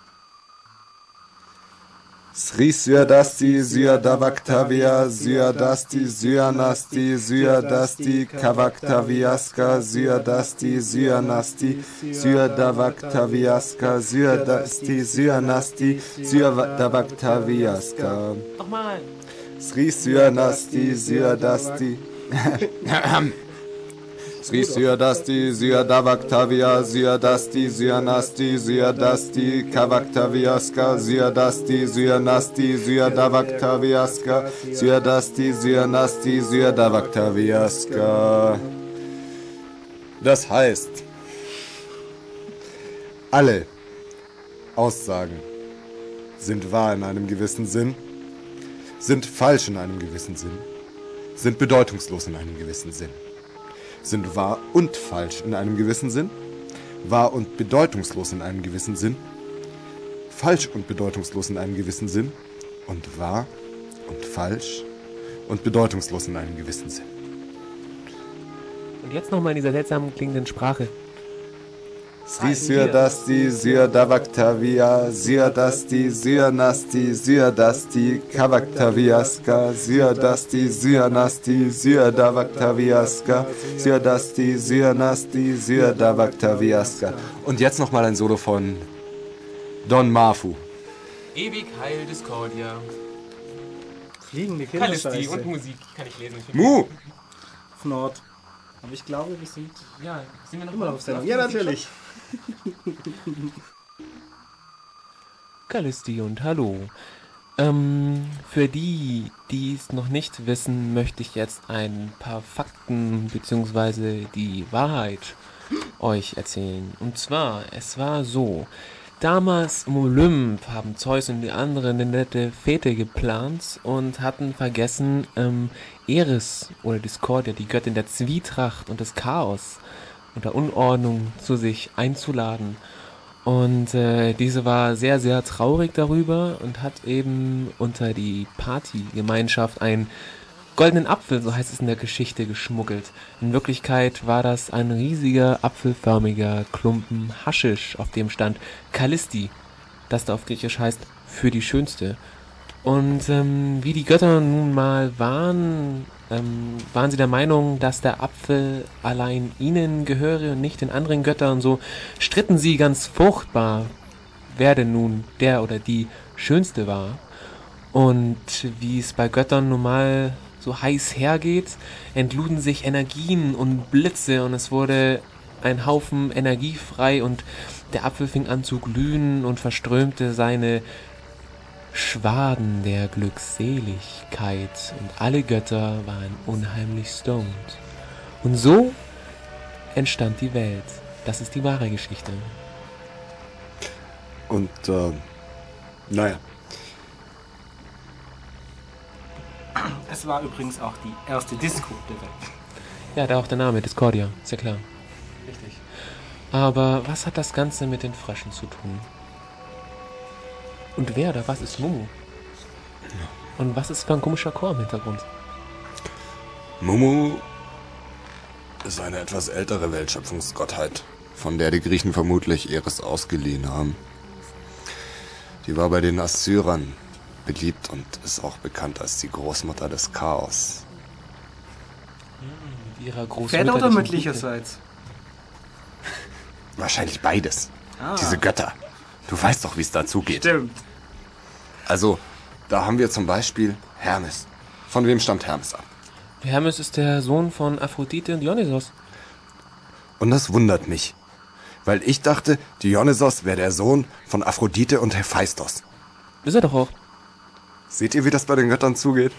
Sri Syadasti, Syadavaktavia, Syadasti, Syanasti, Syadasti, Kavaktaviaska, Syadasti, Syanasti, Syadavaktaviaska, Syadasti, Syanasti, Syadavaktaviaska. Nochmal. Sri Syanasti, Syadasti. Sri Syadasti, Syadavaktavia, Syadasti, Syanasti, Syadasti, Kavaktaviaska, Syadasti, Syanasti, Syadavaktaviaska, Syadasti, Syanasti, Syadavaktaviaska. Das heißt, alle Aussagen sind wahr in einem gewissen Sinn, sind falsch in einem gewissen Sinn, sind bedeutungslos in einem gewissen Sinn. Sind wahr und falsch in einem gewissen Sinn, wahr und bedeutungslos in einem gewissen Sinn, falsch und bedeutungslos in einem gewissen Sinn und wahr und falsch und bedeutungslos in einem gewissen Sinn. Und jetzt nochmal in dieser seltsamen klingenden Sprache. Sri Syadasti, Syadavaktavia, Syadasti, Syanasti, Syadasti, Kavaktaviaska, Syadasti, Syanasti, Syadavaktaviaska, Syadasti, Syanasti, Syadavaktaviaska. Und jetzt nochmal ein Solo von Don Mafu. Ewig Heil Discordia. Fliegende Kalisti Kinderscheiße. und Musik kann ich lesen. Mu! Auf Nord. Aber ich glaube, wir sind Ja, sind wir noch immer mal noch auf Sendung. Ja, natürlich. Kalisti und hallo. Ähm, für die, die es noch nicht wissen, möchte ich jetzt ein paar Fakten bzw. die Wahrheit euch erzählen. Und zwar, es war so, damals im Olymp haben Zeus und die anderen eine nette Fete geplant und hatten vergessen, ähm, Eris oder Discordia, die Göttin der Zwietracht und des Chaos und der Unordnung, zu sich einzuladen. Und äh, diese war sehr, sehr traurig darüber und hat eben unter die Partygemeinschaft einen goldenen Apfel, so heißt es in der Geschichte, geschmuggelt. In Wirklichkeit war das ein riesiger, apfelförmiger Klumpen Haschisch, auf dem stand Kalisti, das da auf Griechisch heißt, für die Schönste. Und ähm, wie die Götter nun mal waren, ähm, waren sie der Meinung, dass der Apfel allein ihnen gehöre und nicht den anderen Göttern. Und so stritten sie ganz furchtbar, wer denn nun der oder die Schönste war. Und wie es bei Göttern nun mal so heiß hergeht, entluden sich Energien und Blitze und es wurde ein Haufen Energie frei und der Apfel fing an zu glühen und verströmte seine Schwaden der Glückseligkeit und alle Götter waren unheimlich stoned. Und so entstand die Welt. Das ist die wahre Geschichte. Und, äh, naja. Es war übrigens auch die erste Disco der Welt. Ja, da auch der Name, Discordia, ist ja klar. Richtig. Aber was hat das Ganze mit den Fröschen zu tun? Und wer oder was ist Mumu? Und was ist für ein komischer Chor im Hintergrund? Mumu ist eine etwas ältere Weltschöpfungsgottheit, von der die Griechen vermutlich Eris ausgeliehen haben. Die war bei den Assyrern beliebt und ist auch bekannt als die Großmutter des Chaos. Mit ihrer Großmutter. Väter- oder mütterlicherseits? Wahrscheinlich beides. Ah. Diese Götter. Du weißt doch, wie es dazu geht. Stimmt. Also, da haben wir zum Beispiel Hermes. Von wem stammt Hermes ab? Hermes ist der Sohn von Aphrodite und Dionysos. Und das wundert mich. Weil ich dachte, Dionysos wäre der Sohn von Aphrodite und Hephaistos. Ist er doch auch. Seht ihr, wie das bei den Göttern zugeht?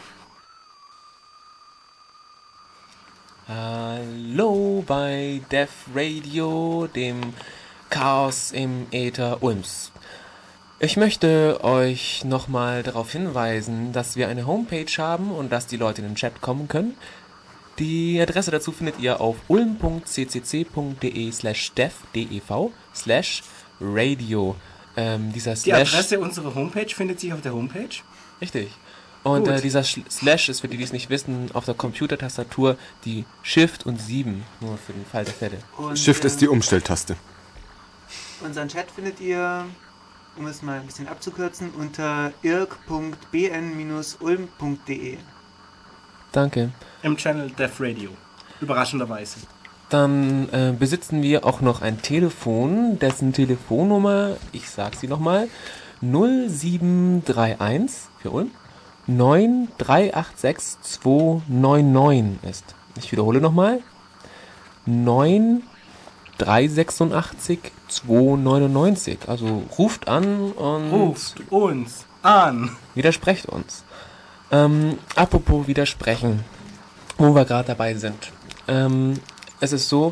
Hallo bei Def Radio, dem Chaos im Äther Ulms. Ich möchte euch nochmal darauf hinweisen, dass wir eine Homepage haben und dass die Leute in den Chat kommen können. Die Adresse dazu findet ihr auf ulm.ccc.de slash dev, D-E-V, slash radio. Ähm, dieser Die Slash, Adresse unserer Homepage findet sich auf der Homepage. richtig. Und Gut. äh, dieser Sch- Slash ist, für die, die es nicht wissen, auf der Computertastatur die Shift und sieben, nur für den Fall der Fälle. Und, Shift äh, ist die Umstelltaste. Unseren Chat findet ihr, um es mal ein bisschen abzukürzen, unter irk punkt b n ulm punkt d e. Danke. Im Channel Dev Radio. Überraschenderweise. Dann äh, besitzen wir auch noch ein Telefon, dessen Telefonnummer, ich sag sie nochmal, null sieben drei eins für Ulm neun drei acht sechs zwei neun neun ist. Ich wiederhole nochmal. neun drei sechsundachtzig zwei neunundneunzig. Also ruft an und Ruft uns an. widersprecht uns. Ähm, apropos widersprechen, wo wir gerade dabei sind. Ähm, es ist so,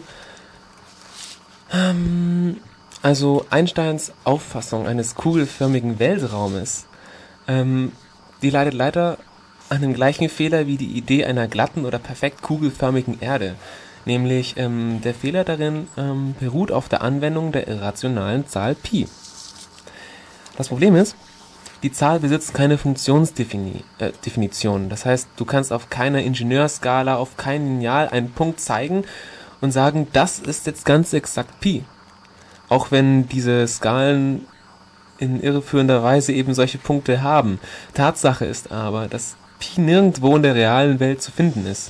ähm, also Einsteins Auffassung eines kugelförmigen Weltraumes, ähm, die leidet leider an dem gleichen Fehler wie die Idee einer glatten oder perfekt kugelförmigen Erde. Nämlich ähm, der Fehler darin ähm, beruht auf der Anwendung der irrationalen Zahl Pi. Das Problem ist, die Zahl besitzt keine Funktionsdefinition. Äh, das heißt, du kannst auf keiner Ingenieurskala, auf kein Lineal einen Punkt zeigen und sagen, das ist jetzt ganz exakt Pi. Auch wenn diese Skalen in irreführender Weise eben solche Punkte haben. Tatsache ist aber, dass Pi nirgendwo in der realen Welt zu finden ist.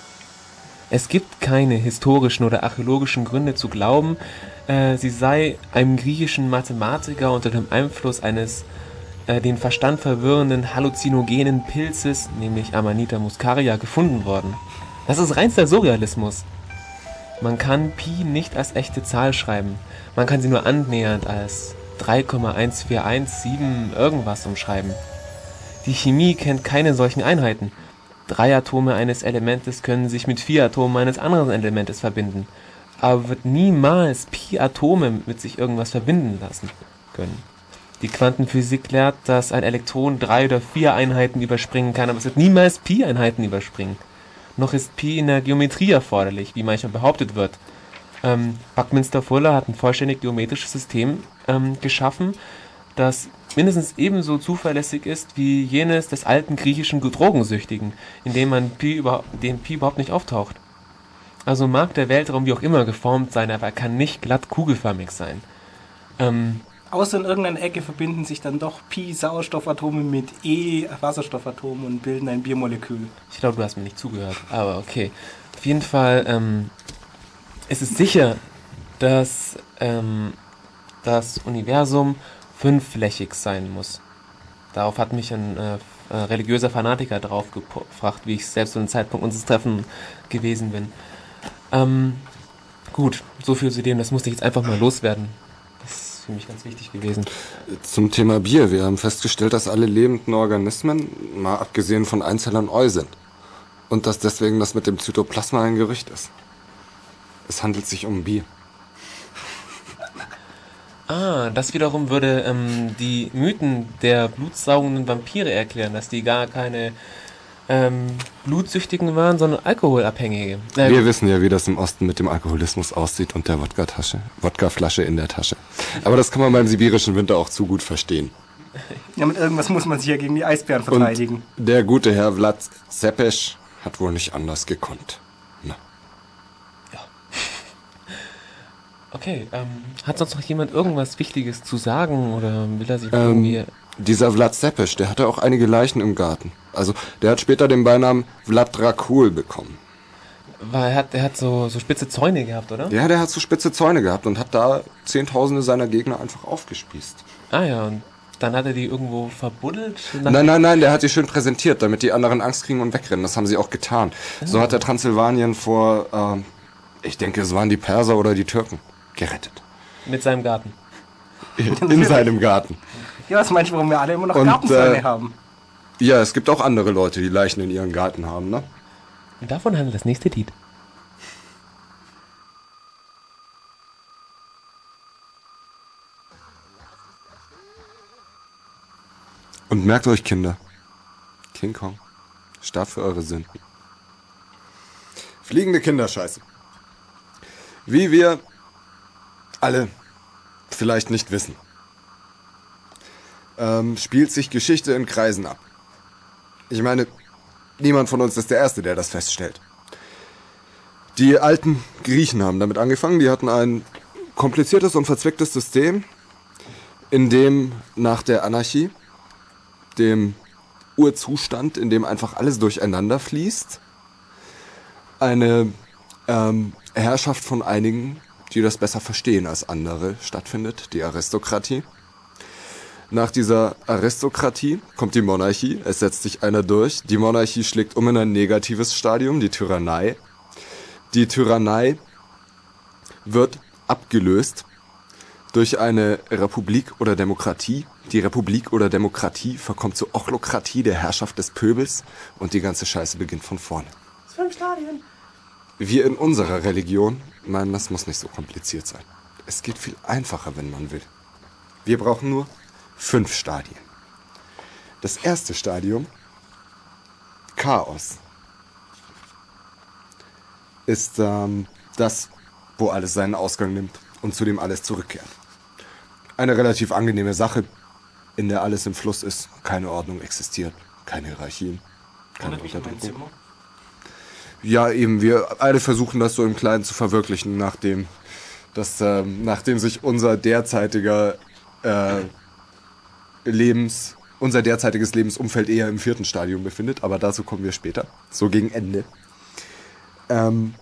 Es gibt keine historischen oder archäologischen Gründe zu glauben, äh, sie sei einem griechischen Mathematiker unter dem Einfluss eines äh, den Verstand verwirrenden halluzinogenen Pilzes, nämlich Amanita muscaria, gefunden worden. Das ist reinster Surrealismus. Man kann Pi nicht als echte Zahl schreiben. Man kann sie nur annähernd als drei Komma eins vier eins sieben irgendwas umschreiben. Die Chemie kennt keine solchen Einheiten. Drei Atome eines Elementes können sich mit vier Atomen eines anderen Elementes verbinden, aber wird niemals Pi-Atome mit sich irgendwas verbinden lassen können. Die Quantenphysik lehrt, dass ein Elektron drei oder vier Einheiten überspringen kann, aber es wird niemals Pi-Einheiten überspringen. Noch ist Pi in der Geometrie erforderlich, wie manchmal behauptet wird. Ähm, Buckminster Fuller hat ein vollständig geometrisches System ähm, geschaffen, das mindestens ebenso zuverlässig ist wie jenes des alten griechischen Drogensüchtigen, in dem man Pi, über, dem Pi überhaupt nicht auftaucht. Also mag der Weltraum wie auch immer geformt sein, aber er kann nicht glatt kugelförmig sein. Ähm, Außer in irgendeiner Ecke verbinden sich dann doch Pi-Sauerstoffatome mit E-Wasserstoffatomen und bilden ein Biomolekül. ich glaube, du hast mir nicht zugehört, aber okay. Auf jeden Fall ähm, ist es sicher, dass ähm, das Universum fünfflächig sein muss. Darauf hat mich ein äh, äh, religiöser Fanatiker drauf gefragt, wie ich selbst zu dem Zeitpunkt unseres Treffens gewesen bin. Ähm, gut, so viel zu dem, das musste ich jetzt einfach mal loswerden. Das ist für mich ganz wichtig gewesen. Zum Thema Bier. Wir haben festgestellt, dass alle lebenden Organismen, mal abgesehen von Einzellern, Eu sind. Und dass deswegen das mit dem Zytoplasma ein Gerücht ist. Es handelt sich um Bier. Ah, das wiederum würde ähm, die Mythen der blutsaugenden Vampire erklären, dass die gar keine ähm, Blutsüchtigen waren, sondern Alkoholabhängige. Äh, Wir wissen ja, wie das im Osten mit dem Alkoholismus aussieht und der Wodka-Tasche, Wodkaflasche in der Tasche. Aber das kann man beim sibirischen Winter auch zu gut verstehen. Ja, mit irgendwas muss man sich ja gegen die Eisbären verteidigen. Und der gute Herr Vlad Zepes hat wohl nicht anders gekonnt. Na. Okay, ähm, hat sonst noch jemand irgendwas Wichtiges zu sagen oder will er sich Ähm, irgendwie... dieser Vlad Zepes, der hatte auch einige Leichen im Garten. Also der hat später den Beinamen Vlad Dracul bekommen. Weil er hat, er hat so, so spitze Zäune gehabt, oder? Ja, der hat so spitze Zäune gehabt und hat da Zehntausende seiner Gegner einfach aufgespießt. Ah ja, und dann hat er die irgendwo verbuddelt? Nach- Nein, nein, nein, der hat die schön präsentiert, damit die anderen Angst kriegen und wegrennen. Das haben sie auch getan. So hat er Transsilvanien vor, ähm, ich denke, es waren die Perser oder die Türken, gerettet. Mit seinem Garten. In seinem Garten. Ja, was meinst du, warum wir alle immer noch Und, Gartenzäune äh, haben? Ja, es gibt auch andere Leute, die Leichen in ihren Garten haben, ne? Und davon handelt das nächste Lied. Und merkt euch, Kinder, King Kong starb für eure Sünden. Fliegende Kinderscheiße. Wie wir alle vielleicht nicht wissen, ähm, spielt sich Geschichte in Kreisen ab. Ich meine, niemand von uns ist der Erste, der das feststellt. Die alten Griechen haben damit angefangen. Die hatten ein kompliziertes und verzwicktes System, in dem nach der Anarchie, dem Urzustand, in dem einfach alles durcheinander fließt, eine ähm, Herrschaft von einigen, die das besser verstehen als andere, stattfindet, die Aristokratie. Nach dieser Aristokratie kommt die Monarchie, es setzt sich einer durch. Die Monarchie schlägt um in ein negatives Stadium, die Tyrannei. Die Tyrannei wird abgelöst durch eine Republik oder Demokratie. Die Republik oder Demokratie verkommt zur Ochlokratie, der Herrschaft des Pöbels, und die ganze Scheiße beginnt von vorne. Fünf Stadien. Wir in unserer Religion meinen, das muss nicht so kompliziert sein. Es geht viel einfacher, wenn man will. Wir brauchen nur fünf Stadien. Das erste Stadium, Chaos, ist ähm, das, wo alles seinen Ausgang nimmt und zu dem alles zurückkehrt. Eine relativ angenehme Sache, in der alles im Fluss ist, keine Ordnung existiert, keine Hierarchien, keine Unterdrückung. Ja, eben, wir alle versuchen das so im Kleinen zu verwirklichen, nachdem, dass, äh, nachdem sich unser derzeitiger äh, Lebens, unser derzeitiges Lebensumfeld eher im vierten Stadium befindet, aber dazu kommen wir später, so gegen Ende. Ähm,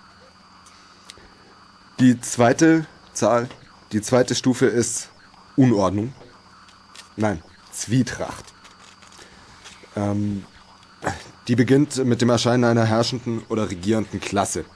die zweite Zahl, die zweite Stufe ist Unordnung. Nein, Zwietracht. Ähm, die beginnt mit dem Erscheinen einer herrschenden oder regierenden Klasse.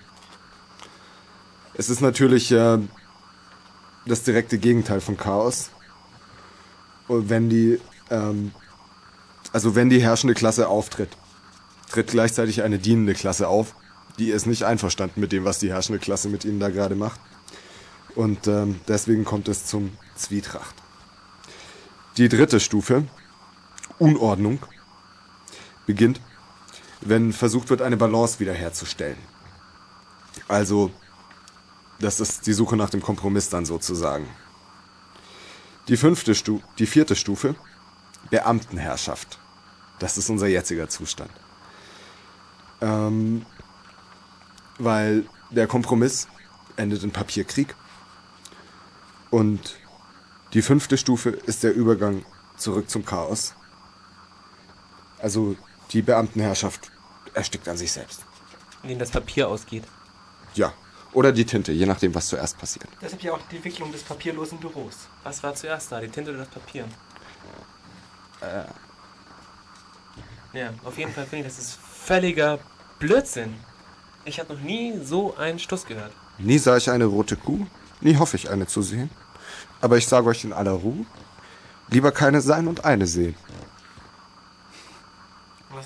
Es ist natürlich äh, das direkte Gegenteil von Chaos. Und wenn die, ähm, also wenn die herrschende Klasse auftritt, tritt gleichzeitig eine dienende Klasse auf. Die ist nicht einverstanden mit dem, was die herrschende Klasse mit ihnen da gerade macht. Und ähm, deswegen kommt es zum Zwietracht. Die dritte Stufe, Unordnung, beginnt, wenn versucht wird, eine Balance wiederherzustellen. Also, das ist die Suche nach dem Kompromiss dann sozusagen. Die fünfte Stu- die vierte Stufe, Beamtenherrschaft. Das ist unser jetziger Zustand. Ähm... Weil der Kompromiss endet in Papierkrieg. Und die fünfte Stufe ist der Übergang zurück zum Chaos. Also die Beamtenherrschaft erstickt an sich selbst. In dem das Papier ausgeht. Ja, oder die Tinte, je nachdem, was zuerst passiert. Deshalb ja auch die Entwicklung des papierlosen Büros. Was war zuerst da, die Tinte oder das Papier? Äh. Ja, auf jeden Fall finde ich, das ist völliger Blödsinn. Ich habe noch nie so einen Stuss gehört. Nie sah ich eine rote Kuh, nie hoffe ich eine zu sehen. Aber ich sage euch in aller Ruhe, lieber keine sein und eine sehen. Was?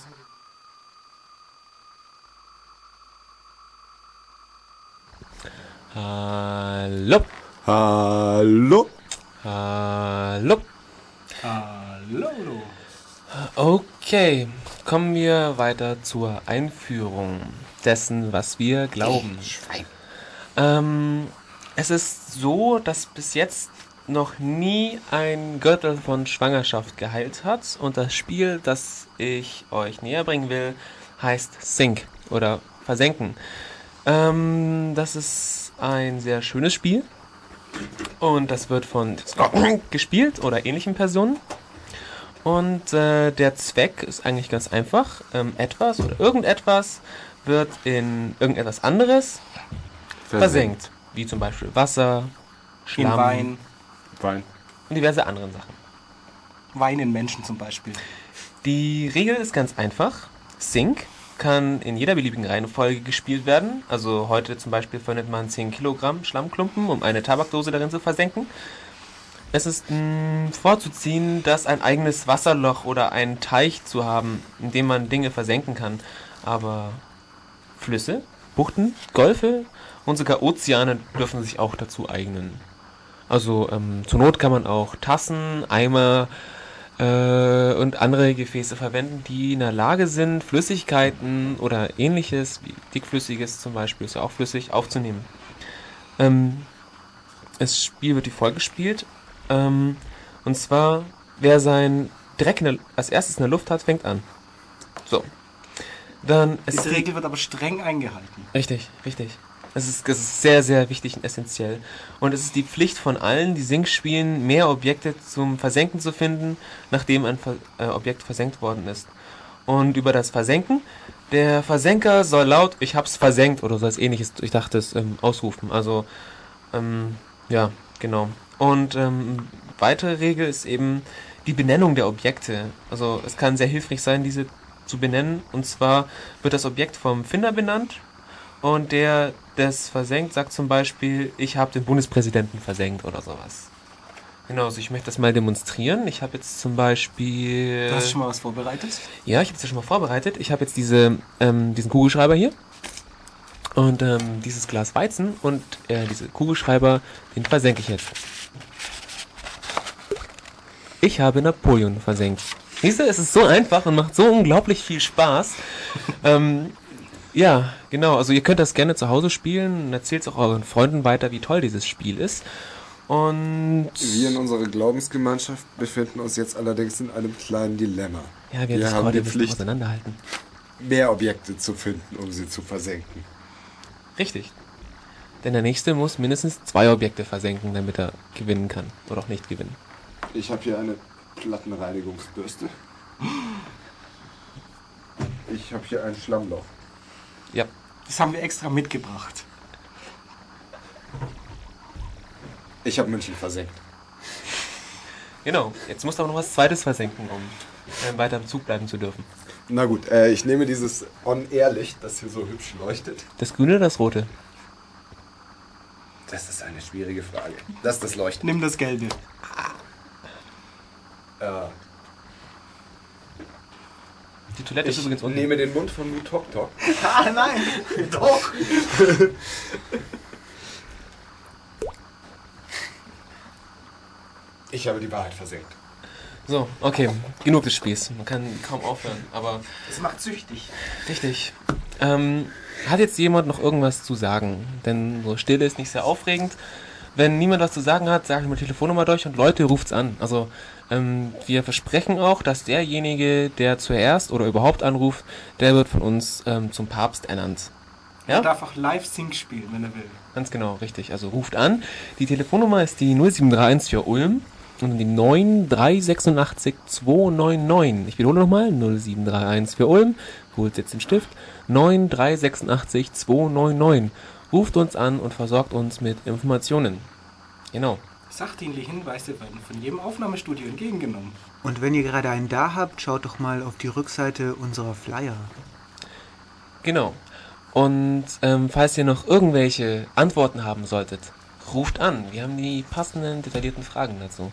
Hallo. Hallo? Hallo. Hallo. Okay, kommen wir weiter zur Einführung dessen, was wir glauben. Ähm, es ist so, dass bis jetzt noch nie ein Gürtel von Schwangerschaft geheilt hat, und das Spiel, das ich euch näher bringen will, heißt Sink oder Versenken. Ähm, das ist ein sehr schönes Spiel und das wird von gespielt oder ähnlichen Personen. Und äh, der Zweck ist eigentlich ganz einfach. Ähm, etwas oder irgendetwas wird in irgendetwas anderes versenkt. versenkt. Wie zum Beispiel Wasser, Schlamm, in Wein. Wein. Und diverse andere Sachen. Wein in Menschen zum Beispiel. Die Regel ist ganz einfach. Sink kann in jeder beliebigen Reihenfolge gespielt werden. Also heute zum Beispiel verwendet man zehn Kilogramm Schlammklumpen, um eine Tabakdose darin zu versenken. Es ist mh, vorzuziehen, dass ein eigenes Wasserloch oder einen Teich zu haben, in dem man Dinge versenken kann. Aber Flüsse, Buchten, Golfe und sogar Ozeane dürfen sich auch dazu eignen. Also ähm, zur Not kann man auch Tassen, Eimer, äh, und andere Gefäße verwenden, die in der Lage sind, Flüssigkeiten oder ähnliches, wie dickflüssiges zum Beispiel, ist ja auch flüssig, aufzunehmen. Ähm, das Spiel wird wie folgt gespielt. Ähm, und zwar, wer sein Dreck in der, als erstes in der Luft hat, fängt an. So. Dann es Diese Regel wird aber streng eingehalten. Richtig, richtig. Das ist, das ist sehr, sehr wichtig und essentiell. Und es ist die Pflicht von allen, die Sync spielen, mehr Objekte zum Versenken zu finden, nachdem ein Ver äh, Objekt versenkt worden ist. Und über das Versenken, der Versenker soll laut, ich hab's versenkt oder so was ähnliches, ich dachte es, ähm, ausrufen. Also, ähm, ja, genau. Und ähm, weitere Regel ist eben die Benennung der Objekte. Also es kann sehr hilfreich sein, diese zu benennen. Und zwar wird das Objekt vom Finder benannt und der das versenkt sagt zum Beispiel, ich habe den Bundespräsidenten versenkt oder sowas. Genau, also ich möchte das mal demonstrieren. Ich habe jetzt zum Beispiel... Du hast schon mal was vorbereitet? Ja, ich habe es ja schon mal vorbereitet. Ich habe jetzt diese, ähm, diesen Kugelschreiber hier und ähm, dieses Glas Weizen und äh, diese Kugelschreiber, den versenke ich jetzt. Ich habe Napoleon versenkt. Siehst du, es ist so einfach und macht so unglaublich viel Spaß. ähm, ja, genau. Also ihr könnt das gerne zu Hause spielen und erzählt es auch euren Freunden weiter, wie toll dieses Spiel ist. Und wir in unserer Glaubensgemeinschaft befinden uns jetzt allerdings in einem kleinen Dilemma. Ja, wir, wir das haben die müssen Pflicht, auseinanderhalten. mehr Objekte zu finden, um sie zu versenken. Richtig. Denn der Nächste muss mindestens zwei Objekte versenken, damit er gewinnen kann. Oder auch nicht gewinnen. Ich habe hier eine Plattenreinigungsbürste. Ich habe hier ein Schlammloch. Ja. Das haben wir extra mitgebracht. Ich habe München versenkt. Genau. Jetzt musst du aber noch was Zweites versenken, um äh, weiter im Zug bleiben zu dürfen. Na gut, äh, ich nehme dieses On-Air-Licht, das hier so hübsch leuchtet. Das Grüne oder das Rote? Das ist eine schwierige Frage. Das ist das Leuchten. Nimm das Gelbe. Äh, Die Toilette ist ich übrigens unten. nehme den Mund von Mu Tok Tok. Ah, nein! Doch! Ich habe die Wahrheit versenkt. So, okay. Genug des Spiels. Man kann kaum aufhören, aber... Das macht süchtig. Richtig. Ähm, hat jetzt jemand noch irgendwas zu sagen? Denn so Stille ist nicht sehr aufregend. Wenn niemand was zu sagen hat, sage ich mal die Telefonnummer durch und Leute, ruft's an. Also ähm, wir versprechen auch, dass derjenige, der zuerst oder überhaupt anruft, der wird von uns ähm, zum Papst ernannt. Ja? Er darf auch live Sync spielen, wenn er will. Ganz genau, richtig. Also ruft an. Die Telefonnummer ist die null sieben drei eins für Ulm und die neun drei acht sechs zwei neun neun. Ich wiederhole nochmal, null sieben drei eins für Ulm. Holt jetzt den Stift. neun drei acht sechs zwei neun neun. Ruft uns an und versorgt uns mit Informationen. Genau. Sachdienliche Hinweise werden von jedem Aufnahmestudio entgegengenommen. Und wenn ihr gerade einen da habt, schaut doch mal auf die Rückseite unserer Flyer. Genau. Und ähm, falls ihr noch irgendwelche Antworten haben solltet, ruft an. Wir haben die passenden, detaillierten Fragen dazu.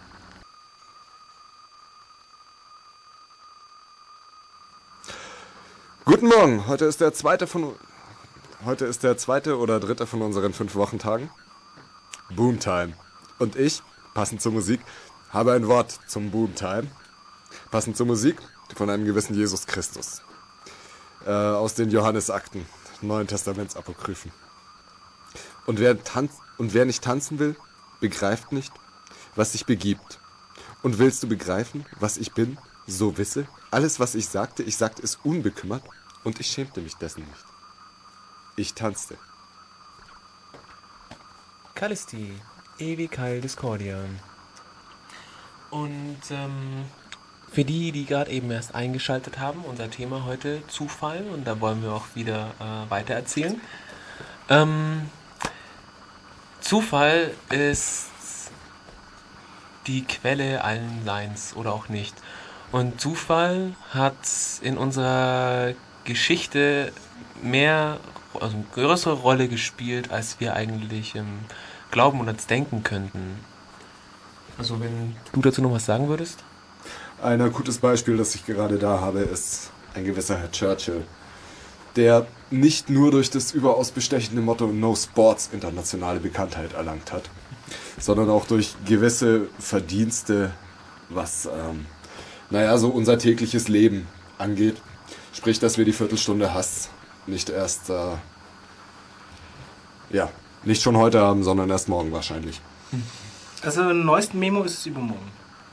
Guten Morgen, heute ist der zweite von heute ist der zweite oder dritte von unseren fünf Wochentagen. Boomtime. Und ich, passend zur Musik, habe ein Wort zum Boomtime. Passend zur Musik von einem gewissen Jesus Christus. Äh, aus den Johannesakten, Neuen Testamentsapokryphen. Und wer, tanz und wer nicht tanzen will, begreift nicht, was sich begibt. Und willst du begreifen, was ich bin, so wisse, alles, was ich sagte, ich sagte es unbekümmert und ich schämte mich dessen nicht. Ich tanzte. Kalisti, ewig heil Discordia. Und ähm, für die, die gerade eben erst eingeschaltet haben, unser Thema heute Zufall und da wollen wir auch wieder äh, weiter erzählen. Ähm, Zufall ist die Quelle allen Leins oder auch nicht. Und Zufall hat in unserer Geschichte mehr, also eine größere Rolle gespielt, als wir eigentlich ähm, glauben und uns denken könnten. Also wenn du dazu noch was sagen würdest? Ein akutes Beispiel, das ich gerade da habe, ist ein gewisser Herr Churchill, der nicht nur durch das überaus bestechende Motto No Sports internationale Bekanntheit erlangt hat, sondern auch durch gewisse Verdienste was, ähm, naja, so unser tägliches Leben angeht. Sprich, dass wir die Viertelstunde Hass nicht erst, äh, ja, nicht schon heute haben, sondern erst morgen wahrscheinlich. Also im neuesten Memo ist es übermorgen.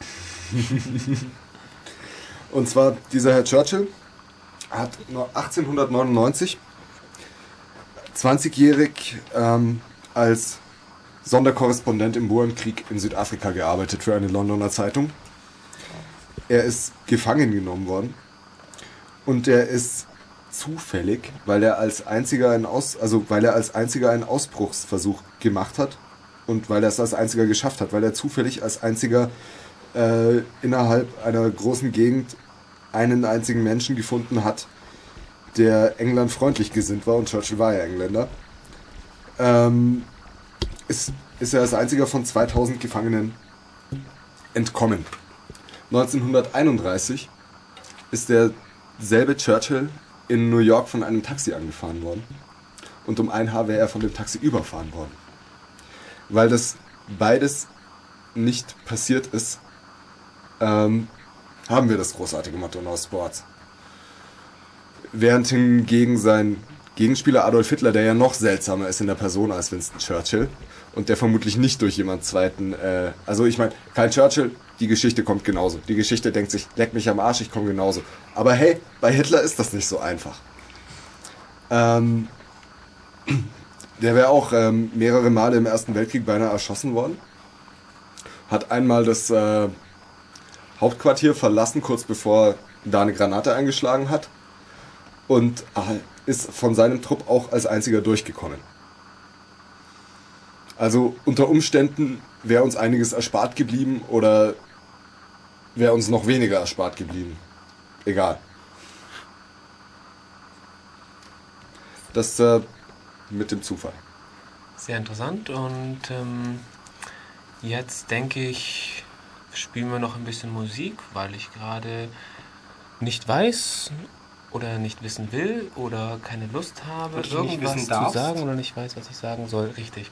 Und zwar, dieser Herr Churchill hat achtzehnhundertneunundneunzig zwanzigjährig ähm, als Sonderkorrespondent im Boernkrieg in Südafrika gearbeitet für eine Londoner Zeitung. Er ist gefangen genommen worden und er ist zufällig, weil er als einziger einen Aus, also weil er als einziger einen Ausbruchsversuch gemacht hat und weil er es als einziger geschafft hat, weil er zufällig als einziger äh, innerhalb einer großen Gegend einen einzigen Menschen gefunden hat, der England freundlich gesinnt war, und Churchill war ja Engländer, ähm, ist, ist er als einziger von zweitausend Gefangenen entkommen. neunzehnhunderteinunddreißig ist derselbe Churchill in New York von einem Taxi angefahren worden und um ein Haar wäre er von dem Taxi überfahren worden. Weil das beides nicht passiert ist, ähm, haben wir das großartige Motto No Sports. Während hingegen sein Gegenspieler Adolf Hitler, der ja noch seltsamer ist in der Person als Winston Churchill und der vermutlich nicht durch jemand zweiten, äh, also ich meine, kein Churchill, die Geschichte kommt genauso. Die Geschichte denkt sich, leck mich am Arsch, ich komme genauso. Aber hey, bei Hitler ist das nicht so einfach. Ähm, der wäre auch ähm, mehrere Male im Ersten Weltkrieg beinahe erschossen worden. Hat einmal das äh, Hauptquartier verlassen, kurz bevor da eine Granate eingeschlagen hat. Und ist von seinem Trupp auch als einziger durchgekommen. Also unter Umständen wäre uns einiges erspart geblieben oder wäre uns noch weniger erspart geblieben. Egal. Das äh, mit dem Zufall. Sehr interessant und ähm, jetzt denke ich, spielen wir noch ein bisschen Musik, weil ich gerade nicht weiß oder nicht wissen will oder keine Lust habe, Weil du nicht irgendwas wissen zu darfst. sagen oder nicht weiß, was ich sagen soll. Richtig.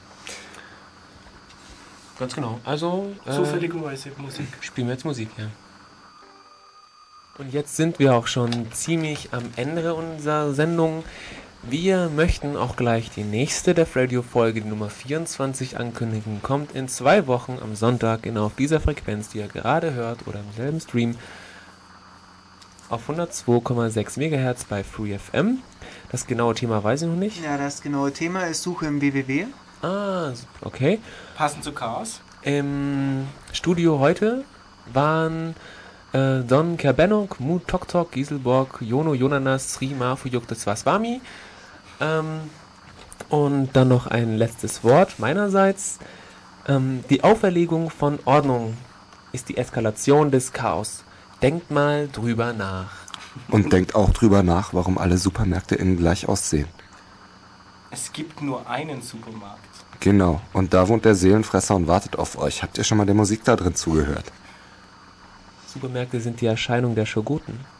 Ganz genau. Also äh, Zufälligerweise Musik. spielen wir jetzt Musik, ja. Und jetzt sind wir auch schon ziemlich am Ende unserer Sendung. Wir möchten auch gleich die nächste Def Radio Folge, die Nummer vierundzwanzig, ankündigen. Kommt in zwei Wochen am Sonntag genau auf dieser Frequenz, die ihr gerade hört oder im selben Stream. Auf hundertzwei Komma sechs Megahertz bei Free F M. Das genaue Thema weiß ich noch nicht. Ja, das genaue Thema ist Suche im W W W. Ah, okay. Passend zu Chaos. Im Studio heute waren äh, Don Kerbenok, Mu Tok Tok, Giselborg, Jono Jonanas, Sri Mafuyuk des Swaswami. Ähm, und dann noch ein letztes Wort meinerseits. Ähm, die Auferlegung von Ordnung ist die Eskalation des Chaos. Denkt mal drüber nach. Und denkt auch drüber nach, warum alle Supermärkte innen gleich aussehen. Es gibt nur einen Supermarkt. Genau, und da wohnt der Seelenfresser und wartet auf euch. Habt ihr schon mal der Musik da drin zugehört? Supermärkte sind die Erscheinung der Schurguten.